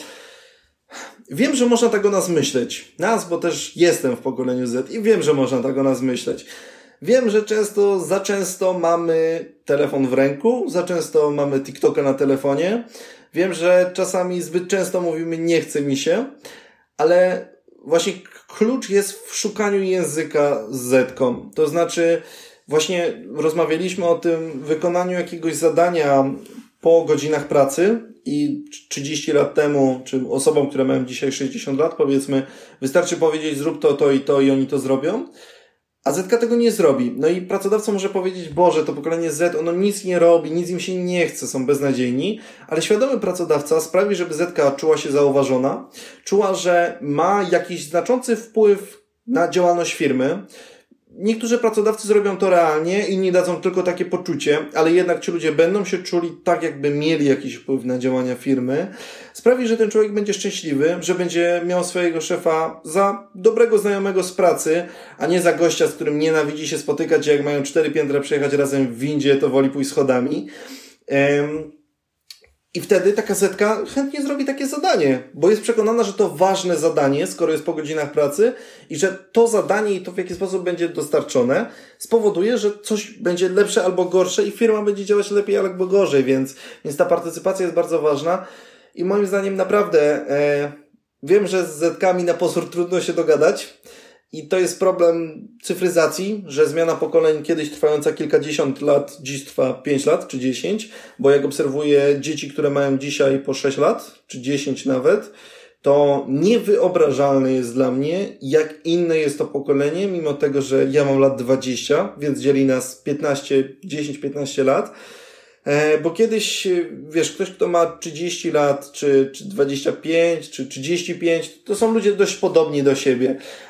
wiem, że można tak o nas myśleć. Bo też jestem w pokoleniu Z i wiem, że można tak o nas myśleć. Wiem, że za często mamy telefon w ręku, za często mamy TikToka na telefonie. Wiem, że czasami zbyt często mówimy nie chce mi się, ale właśnie klucz jest w szukaniu języka z Zetką. To znaczy, właśnie rozmawialiśmy o tym wykonaniu jakiegoś zadania po godzinach pracy i 30 lat temu, czy osobom, które mają dzisiaj 60 lat, powiedzmy, wystarczy powiedzieć zrób to i to i oni to zrobią. A Zetka tego nie zrobi. No i pracodawca może powiedzieć, Boże, to pokolenie Z, ono nic nie robi, nic im się nie chce, są beznadziejni, ale świadomy pracodawca sprawi, żeby Zetka czuła się zauważona, czuła, że ma jakiś znaczący wpływ na działalność firmy. Niektórzy pracodawcy zrobią to realnie, inni dadzą tylko takie poczucie, ale jednak ci ludzie będą się czuli tak, jakby mieli jakiś wpływ na działania firmy. Sprawi, że ten człowiek będzie szczęśliwy, że będzie miał swojego szefa za dobrego znajomego z pracy, a nie za gościa, z którym nienawidzi się spotykać, jak mają 4 piętra przejechać razem w windzie, to woli pójść schodami. I wtedy taka Zetka chętnie zrobi takie zadanie, bo jest przekonana, że to ważne zadanie, skoro jest po godzinach pracy i że to zadanie i to w jaki sposób będzie dostarczone spowoduje, że coś będzie lepsze albo gorsze i firma będzie działać lepiej albo gorzej, więc ta partycypacja jest bardzo ważna i moim zdaniem naprawdę wiem, że z Zetkami na pozór trudno się dogadać. I to jest problem cyfryzacji, że zmiana pokoleń kiedyś trwająca kilkadziesiąt lat, dziś trwa 5 lat czy 10, bo jak obserwuję dzieci, które mają dzisiaj po 6 lat, czy 10 nawet, to niewyobrażalne jest dla mnie, jak inne jest to pokolenie, mimo tego, że ja mam lat 20, więc dzieli nas 10-15 lat. Bo kiedyś, wiesz, ktoś, kto ma 30 lat, czy 25, czy 35, to są ludzie dość podobni do siebie.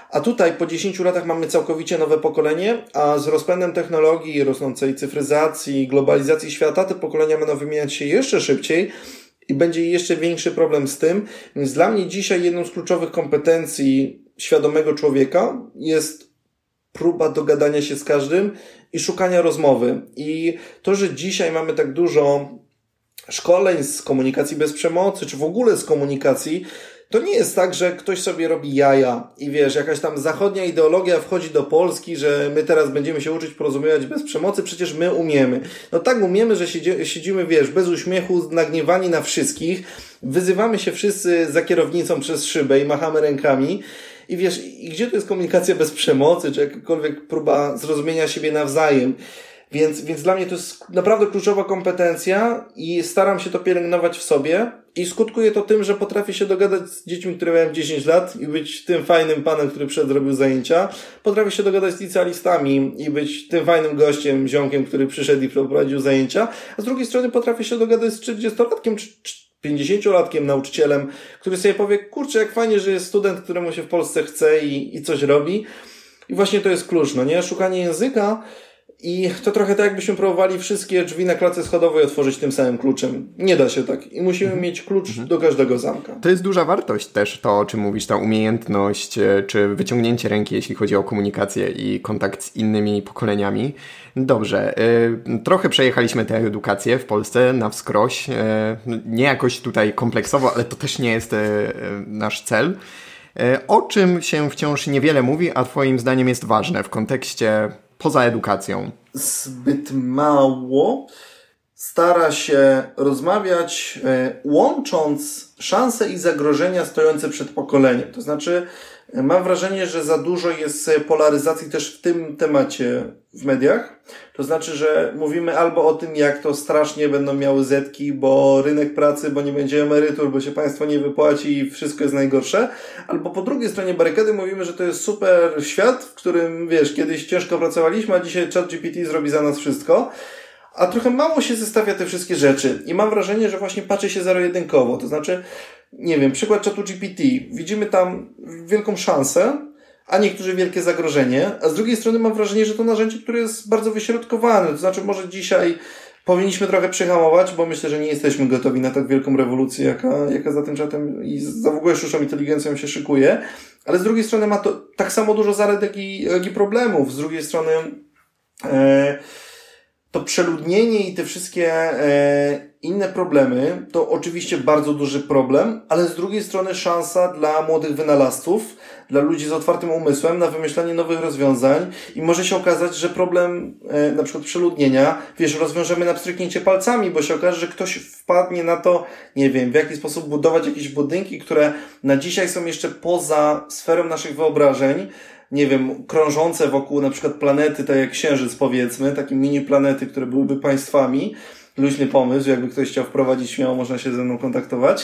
A tutaj po 10 latach mamy całkowicie nowe pokolenie, a z rozpędem technologii, rosnącej cyfryzacji, globalizacji świata, te pokolenia będą wymieniać się jeszcze szybciej i będzie jeszcze większy problem z tym. Więc dla mnie dzisiaj jedną z kluczowych kompetencji świadomego człowieka jest próba dogadania się z każdym i szukania rozmowy. I to, że dzisiaj mamy tak dużo szkoleń z komunikacji bez przemocy, czy w ogóle z komunikacji, to nie jest tak, że ktoś sobie robi jaja i wiesz, jakaś tam zachodnia ideologia wchodzi do Polski, że my teraz będziemy się uczyć porozumiewać bez przemocy, przecież my umiemy. No tak umiemy, że siedzimy, wiesz, bez uśmiechu, nagniewani na wszystkich, wyzywamy się wszyscy za kierownicą przez szybę i machamy rękami. I wiesz, i gdzie to jest komunikacja bez przemocy, czy jakakolwiek próba zrozumienia siebie nawzajem? Więc dla mnie to jest naprawdę kluczowa kompetencja i staram się to pielęgnować w sobie i skutkuje to tym, że potrafię się dogadać z dziećmi, które mają 10 lat i być tym fajnym panem, który zrobił zajęcia. Potrafię się dogadać z licealistami i być tym fajnym gościem, ziomkiem, który przyszedł i prowadził zajęcia. A z drugiej strony potrafię się dogadać z 40-latkiem czy 50-latkiem nauczycielem, który sobie powie, kurczę, jak fajnie, że jest student, któremu się w Polsce chce i coś robi. I właśnie to jest klucz, no nie? Szukanie języka. I to trochę tak, jakbyśmy próbowali wszystkie drzwi na klatce schodowej otworzyć tym samym kluczem. Nie da się tak. I musimy mieć klucz do każdego zamka. To jest duża wartość też to, o czym mówisz, ta umiejętność, czy wyciągnięcie ręki, jeśli chodzi o komunikację i kontakt z innymi pokoleniami. Dobrze, trochę przejechaliśmy tę edukację w Polsce na wskroś. Nie jakoś tutaj kompleksowo, ale to też nie jest nasz cel. O czym się wciąż niewiele mówi, a twoim zdaniem jest ważne w kontekście poza edukacją? Zbyt mało stara się rozmawiać, łącząc szanse i zagrożenia stojące przed pokoleniem. To znaczy, mam wrażenie, że za dużo jest polaryzacji też w tym temacie w mediach. To znaczy, że mówimy albo o tym, jak to strasznie będą miały zetki, bo rynek pracy, bo nie będzie emerytur, bo się państwo nie wypłaci i wszystko jest najgorsze. Albo po drugiej stronie barykady mówimy, że to jest super świat, w którym, wiesz, kiedyś ciężko pracowaliśmy, a dzisiaj ChatGPT zrobi za nas wszystko. A trochę mało się zestawia te wszystkie rzeczy. I mam wrażenie, że właśnie patrzy się zero-jedynkowo. To znaczy, nie wiem, przykład ChatGPT. Widzimy tam wielką szansę, a niektórzy wielkie zagrożenie. A z drugiej strony mam wrażenie, że to narzędzie, które jest bardzo wyśrodkowane. To znaczy, może dzisiaj powinniśmy trochę przyhamować, bo myślę, że nie jesteśmy gotowi na tak wielką rewolucję, jaka za tym czatem i za w ogóle sztuczną inteligencją się szykuje. Ale z drugiej strony ma to tak samo dużo zalet, jak i problemów. Z drugiej strony to przeludnienie i te wszystkie inne problemy to oczywiście bardzo duży problem, ale z drugiej strony szansa dla młodych wynalazców, dla ludzi z otwartym umysłem na wymyślanie nowych rozwiązań i może się okazać, że problem na przykład przeludnienia, wiesz, rozwiążemy na pstryknięcie palcami, bo się okaże, że ktoś wpadnie na to, nie wiem, w jaki sposób budować jakieś budynki, które na dzisiaj są jeszcze poza sferą naszych wyobrażeń, nie wiem, krążące wokół na przykład planety, tak jak Księżyc powiedzmy, takie mini planety, które byłyby państwami. Luźny pomysł, jakby ktoś chciał wprowadzić, śmiało można się ze mną kontaktować.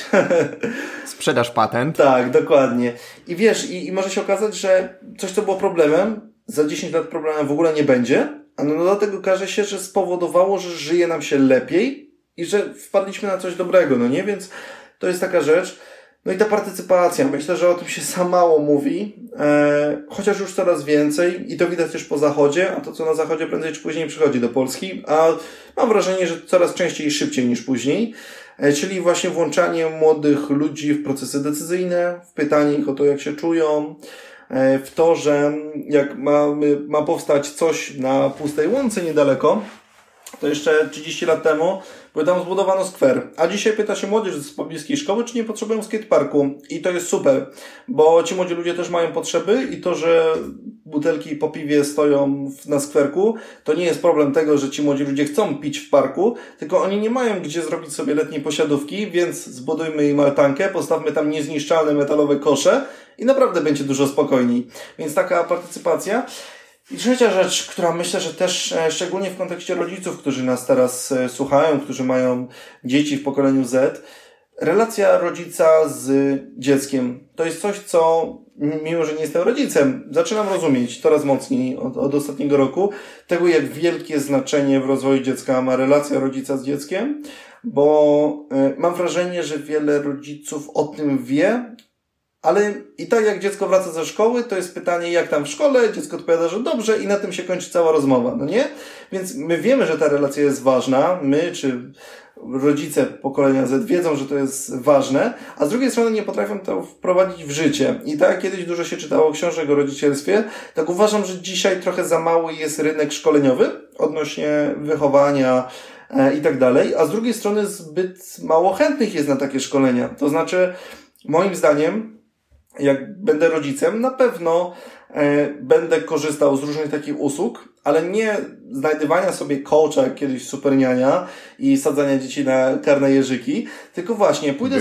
Sprzedaż patent. Tak, dokładnie. I wiesz, i może się okazać, że coś, co było problemem, za 10 lat problemem w ogóle nie będzie, a no dlatego okaże się, że spowodowało, że żyje nam się lepiej i że wpadliśmy na coś dobrego, no nie? Więc to jest taka rzecz. No i ta partycypacja, myślę, że o tym się za mało mówi, chociaż już coraz więcej i to widać też po Zachodzie, a to co na Zachodzie prędzej czy później przychodzi do Polski, a mam wrażenie, że coraz częściej i szybciej niż później, czyli właśnie włączanie młodych ludzi w procesy decyzyjne, w pytanie ich o to, jak się czują, w to, że jak ma powstać coś na pustej łące niedaleko, to jeszcze 30 lat temu bo tam zbudowano skwer. A dzisiaj pyta się młodzież z pobliskiej szkoły, czy nie potrzebują skateparku. I to jest super, bo ci młodzi ludzie też mają potrzeby i to, że butelki po piwie stoją na skwerku, to nie jest problem tego, że ci młodzi ludzie chcą pić w parku, tylko oni nie mają gdzie zrobić sobie letniej posiadówki, więc zbudujmy im altankę, postawmy tam niezniszczalne metalowe kosze i naprawdę będzie dużo spokojniej. Więc taka partycypacja. I trzecia rzecz, która myślę, że też szczególnie w kontekście rodziców, którzy nas teraz słuchają, którzy mają dzieci w pokoleniu Z, relacja rodzica z dzieckiem. To jest coś, co mimo, że nie jestem rodzicem, zaczynam rozumieć coraz mocniej od ostatniego roku tego, jak wielkie znaczenie w rozwoju dziecka ma relacja rodzica z dzieckiem, bo mam wrażenie, że wiele rodziców o tym wie, ale i tak jak dziecko wraca ze szkoły, to jest pytanie, jak tam w szkole, dziecko odpowiada, że dobrze i na tym się kończy cała rozmowa, no nie? Więc my wiemy, że ta relacja jest ważna, my czy rodzice pokolenia Z wiedzą, że to jest ważne, a z drugiej strony nie potrafią to wprowadzić w życie. I tak jak kiedyś dużo się czytało książek o rodzicielstwie, tak uważam, że dzisiaj trochę za mały jest rynek szkoleniowy odnośnie wychowania i tak dalej, a z drugiej strony zbyt mało chętnych jest na takie szkolenia. To znaczy, moim zdaniem, jak będę rodzicem, na pewno będę korzystał z różnych takich usług, ale nie znajdywania sobie coacha, jak kiedyś superniania i sadzania dzieci na karne jeżyki, tylko właśnie pójdę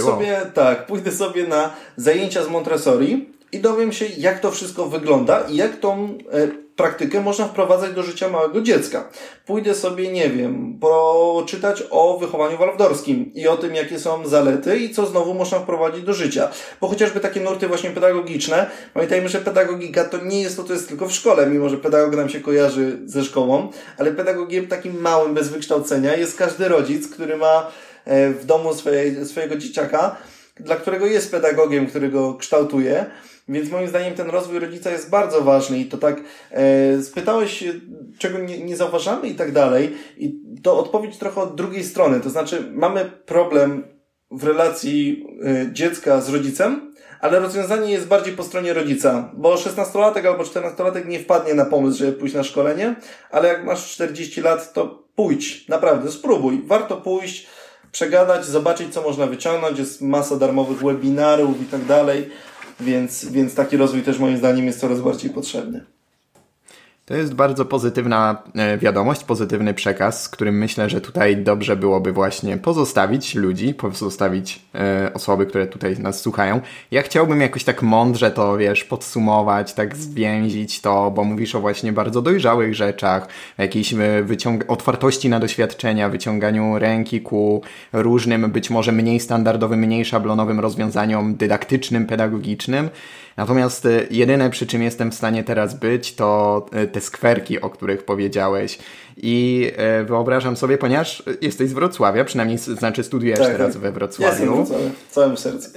sobie na zajęcia z Montessori i dowiem się, jak to wszystko wygląda i jak tą praktykę można wprowadzać do życia małego dziecka. Pójdę sobie, nie wiem, poczytać o wychowaniu waldorfskim i o tym, jakie są zalety i co znowu można wprowadzić do życia. Bo chociażby takie nurty właśnie pedagogiczne, pamiętajmy, że pedagogika to nie jest to, co jest tylko w szkole, mimo że pedagog nam się kojarzy ze szkołą, ale pedagogiem takim małym, bez wykształcenia jest każdy rodzic, który ma w domu swojego dzieciaka, dla którego jest pedagogiem, który go kształtuje. Więc moim zdaniem ten rozwój rodzica jest bardzo ważny i to tak spytałeś, czego nie zauważamy i tak dalej. I to odpowiedź trochę od drugiej strony. To znaczy mamy problem w relacji dziecka z rodzicem, ale rozwiązanie jest bardziej po stronie rodzica, bo 16-latek albo 14-latek nie wpadnie na pomysł, żeby pójść na szkolenie, ale jak masz 40 lat, to pójdź, naprawdę, spróbuj. Warto pójść, przegadać, zobaczyć, co można wyciągnąć. Jest masa darmowych webinarów i tak dalej. Więc taki rozwój też moim zdaniem jest coraz bardziej potrzebny. To jest bardzo pozytywna wiadomość, pozytywny przekaz, z którym myślę, że tutaj dobrze byłoby właśnie pozostawić ludzi, pozostawić osoby, które tutaj nas słuchają. Ja chciałbym jakoś tak mądrze to, podsumować, tak zwięzić to, bo mówisz o właśnie bardzo dojrzałych rzeczach, jakiejś otwartości na doświadczenia, wyciąganiu ręki ku różnym, być może mniej standardowym, mniej szablonowym rozwiązaniom dydaktycznym, pedagogicznym. Natomiast jedyne, przy czym jestem w stanie teraz być, to te skwerki, o których powiedziałeś. I wyobrażam sobie, ponieważ jesteś z Wrocławia, przynajmniej studiujesz teraz we Wrocławiu. Jestem w Wrocławiu, całym sercem.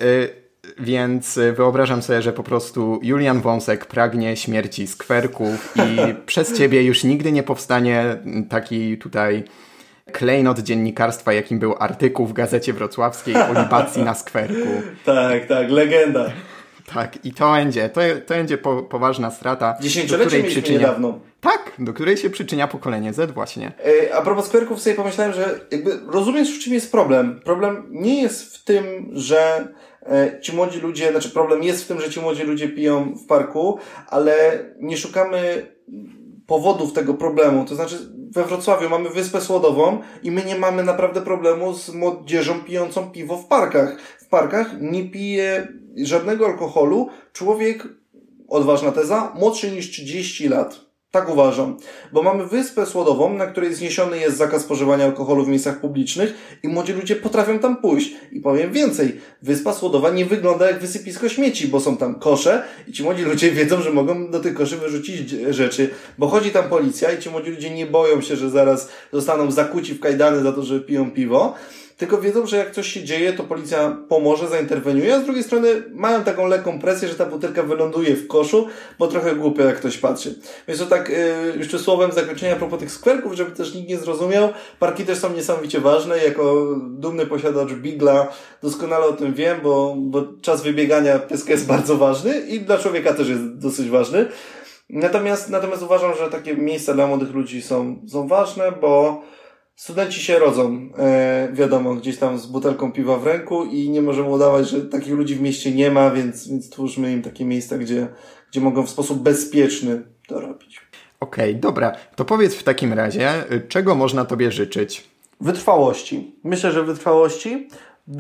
Więc wyobrażam sobie, że po prostu Julian Wąsek pragnie śmierci skwerków i przez ciebie już nigdy nie powstanie taki tutaj klejnot dziennikarstwa, jakim był artykuł w Gazecie Wrocławskiej o libacji na skwerku. Tak, legenda. Tak, i to będzie poważna strata. Dziesięciolecie mieliśmy niedawno. Tak, do której się przyczynia pokolenie Z właśnie. A propos skwerków sobie pomyślałem, że rozumiesz, w czym jest problem. Problem nie jest w tym, że ci młodzi ludzie, problem jest w tym, że ci młodzi ludzie piją w parku, ale nie szukamy powodów tego problemu. To znaczy we Wrocławiu mamy Wyspę Słodową i my nie mamy naprawdę problemu z młodzieżą pijącą piwo w parkach. W parkach nie pije żadnego alkoholu człowiek, odważna teza, młodszy niż 30 lat. Tak uważam. Bo mamy Wyspę Słodową, na której zniesiony jest zakaz spożywania alkoholu w miejscach publicznych i młodzi ludzie potrafią tam pójść. I powiem więcej, Wyspa Słodowa nie wygląda jak wysypisko śmieci, bo są tam kosze i ci młodzi ludzie wiedzą, że mogą do tych koszy wyrzucić rzeczy, bo chodzi tam policja i ci młodzi ludzie nie boją się, że zaraz zostaną zakuci w kajdany za to, że piją piwo. Tylko wiedzą, że jak coś się dzieje, to policja pomoże, zainterweniuje, a z drugiej strony mają taką lekką presję, że ta butelka wyląduje w koszu, bo trochę głupio jak ktoś patrzy. Więc to tak jeszcze słowem zakończenia a propos tych skwerków, żeby też nikt nie zrozumiał, parki też są niesamowicie ważne. Jako dumny posiadacz Bigla doskonale o tym wiem, bo czas wybiegania pieska jest bardzo ważny i dla człowieka też jest dosyć ważny. Natomiast uważam, że takie miejsca dla młodych ludzi są ważne, bo studenci się rodzą, wiadomo, gdzieś tam z butelką piwa w ręku i nie możemy udawać, że takich ludzi w mieście nie ma, więc twórzmy im takie miejsca, gdzie mogą w sposób bezpieczny to robić. Okej, dobra. To powiedz w takim razie, czego można Tobie życzyć? Wytrwałości. Myślę, że wytrwałości,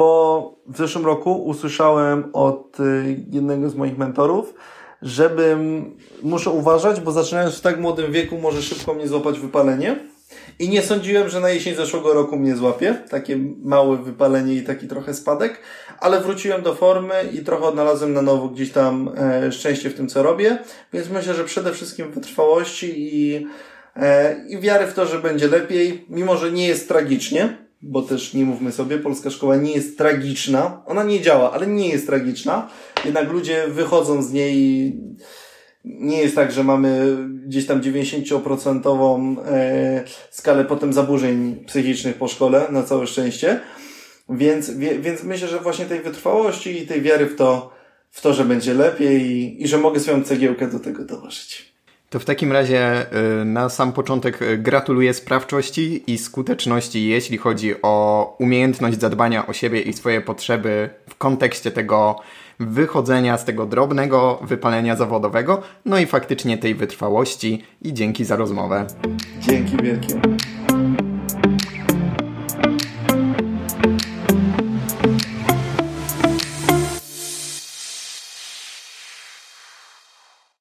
bo w zeszłym roku usłyszałem od jednego z moich mentorów, muszę uważać, bo zaczynając w tak młodym wieku może szybko mnie złapać wypalenie. I nie sądziłem, że na jesień zeszłego roku mnie złapie. Takie małe wypalenie i taki trochę spadek. Ale wróciłem do formy i trochę odnalazłem na nowo gdzieś tam szczęście w tym, co robię. Więc myślę, że przede wszystkim wytrwałości i wiary w to, że będzie lepiej. Mimo, że nie jest tragicznie. bo też nie mówmy sobie, polska szkoła nie jest tragiczna. Ona nie działa, ale nie jest tragiczna. Jednak ludzie wychodzą z niej. Nie jest tak, że mamy gdzieś tam 90% skalę potem zaburzeń psychicznych po szkole, na całe szczęście. Więc myślę, że właśnie tej wytrwałości i tej wiary w to, że będzie lepiej i że mogę swoją cegiełkę do tego dołożyć. To w takim razie na sam początek gratuluję sprawczości i skuteczności, jeśli chodzi o umiejętność zadbania o siebie i swoje potrzeby w kontekście tego wychodzenia z tego drobnego wypalenia zawodowego, no i faktycznie tej wytrwałości i dzięki za rozmowę. Dzięki wielkie.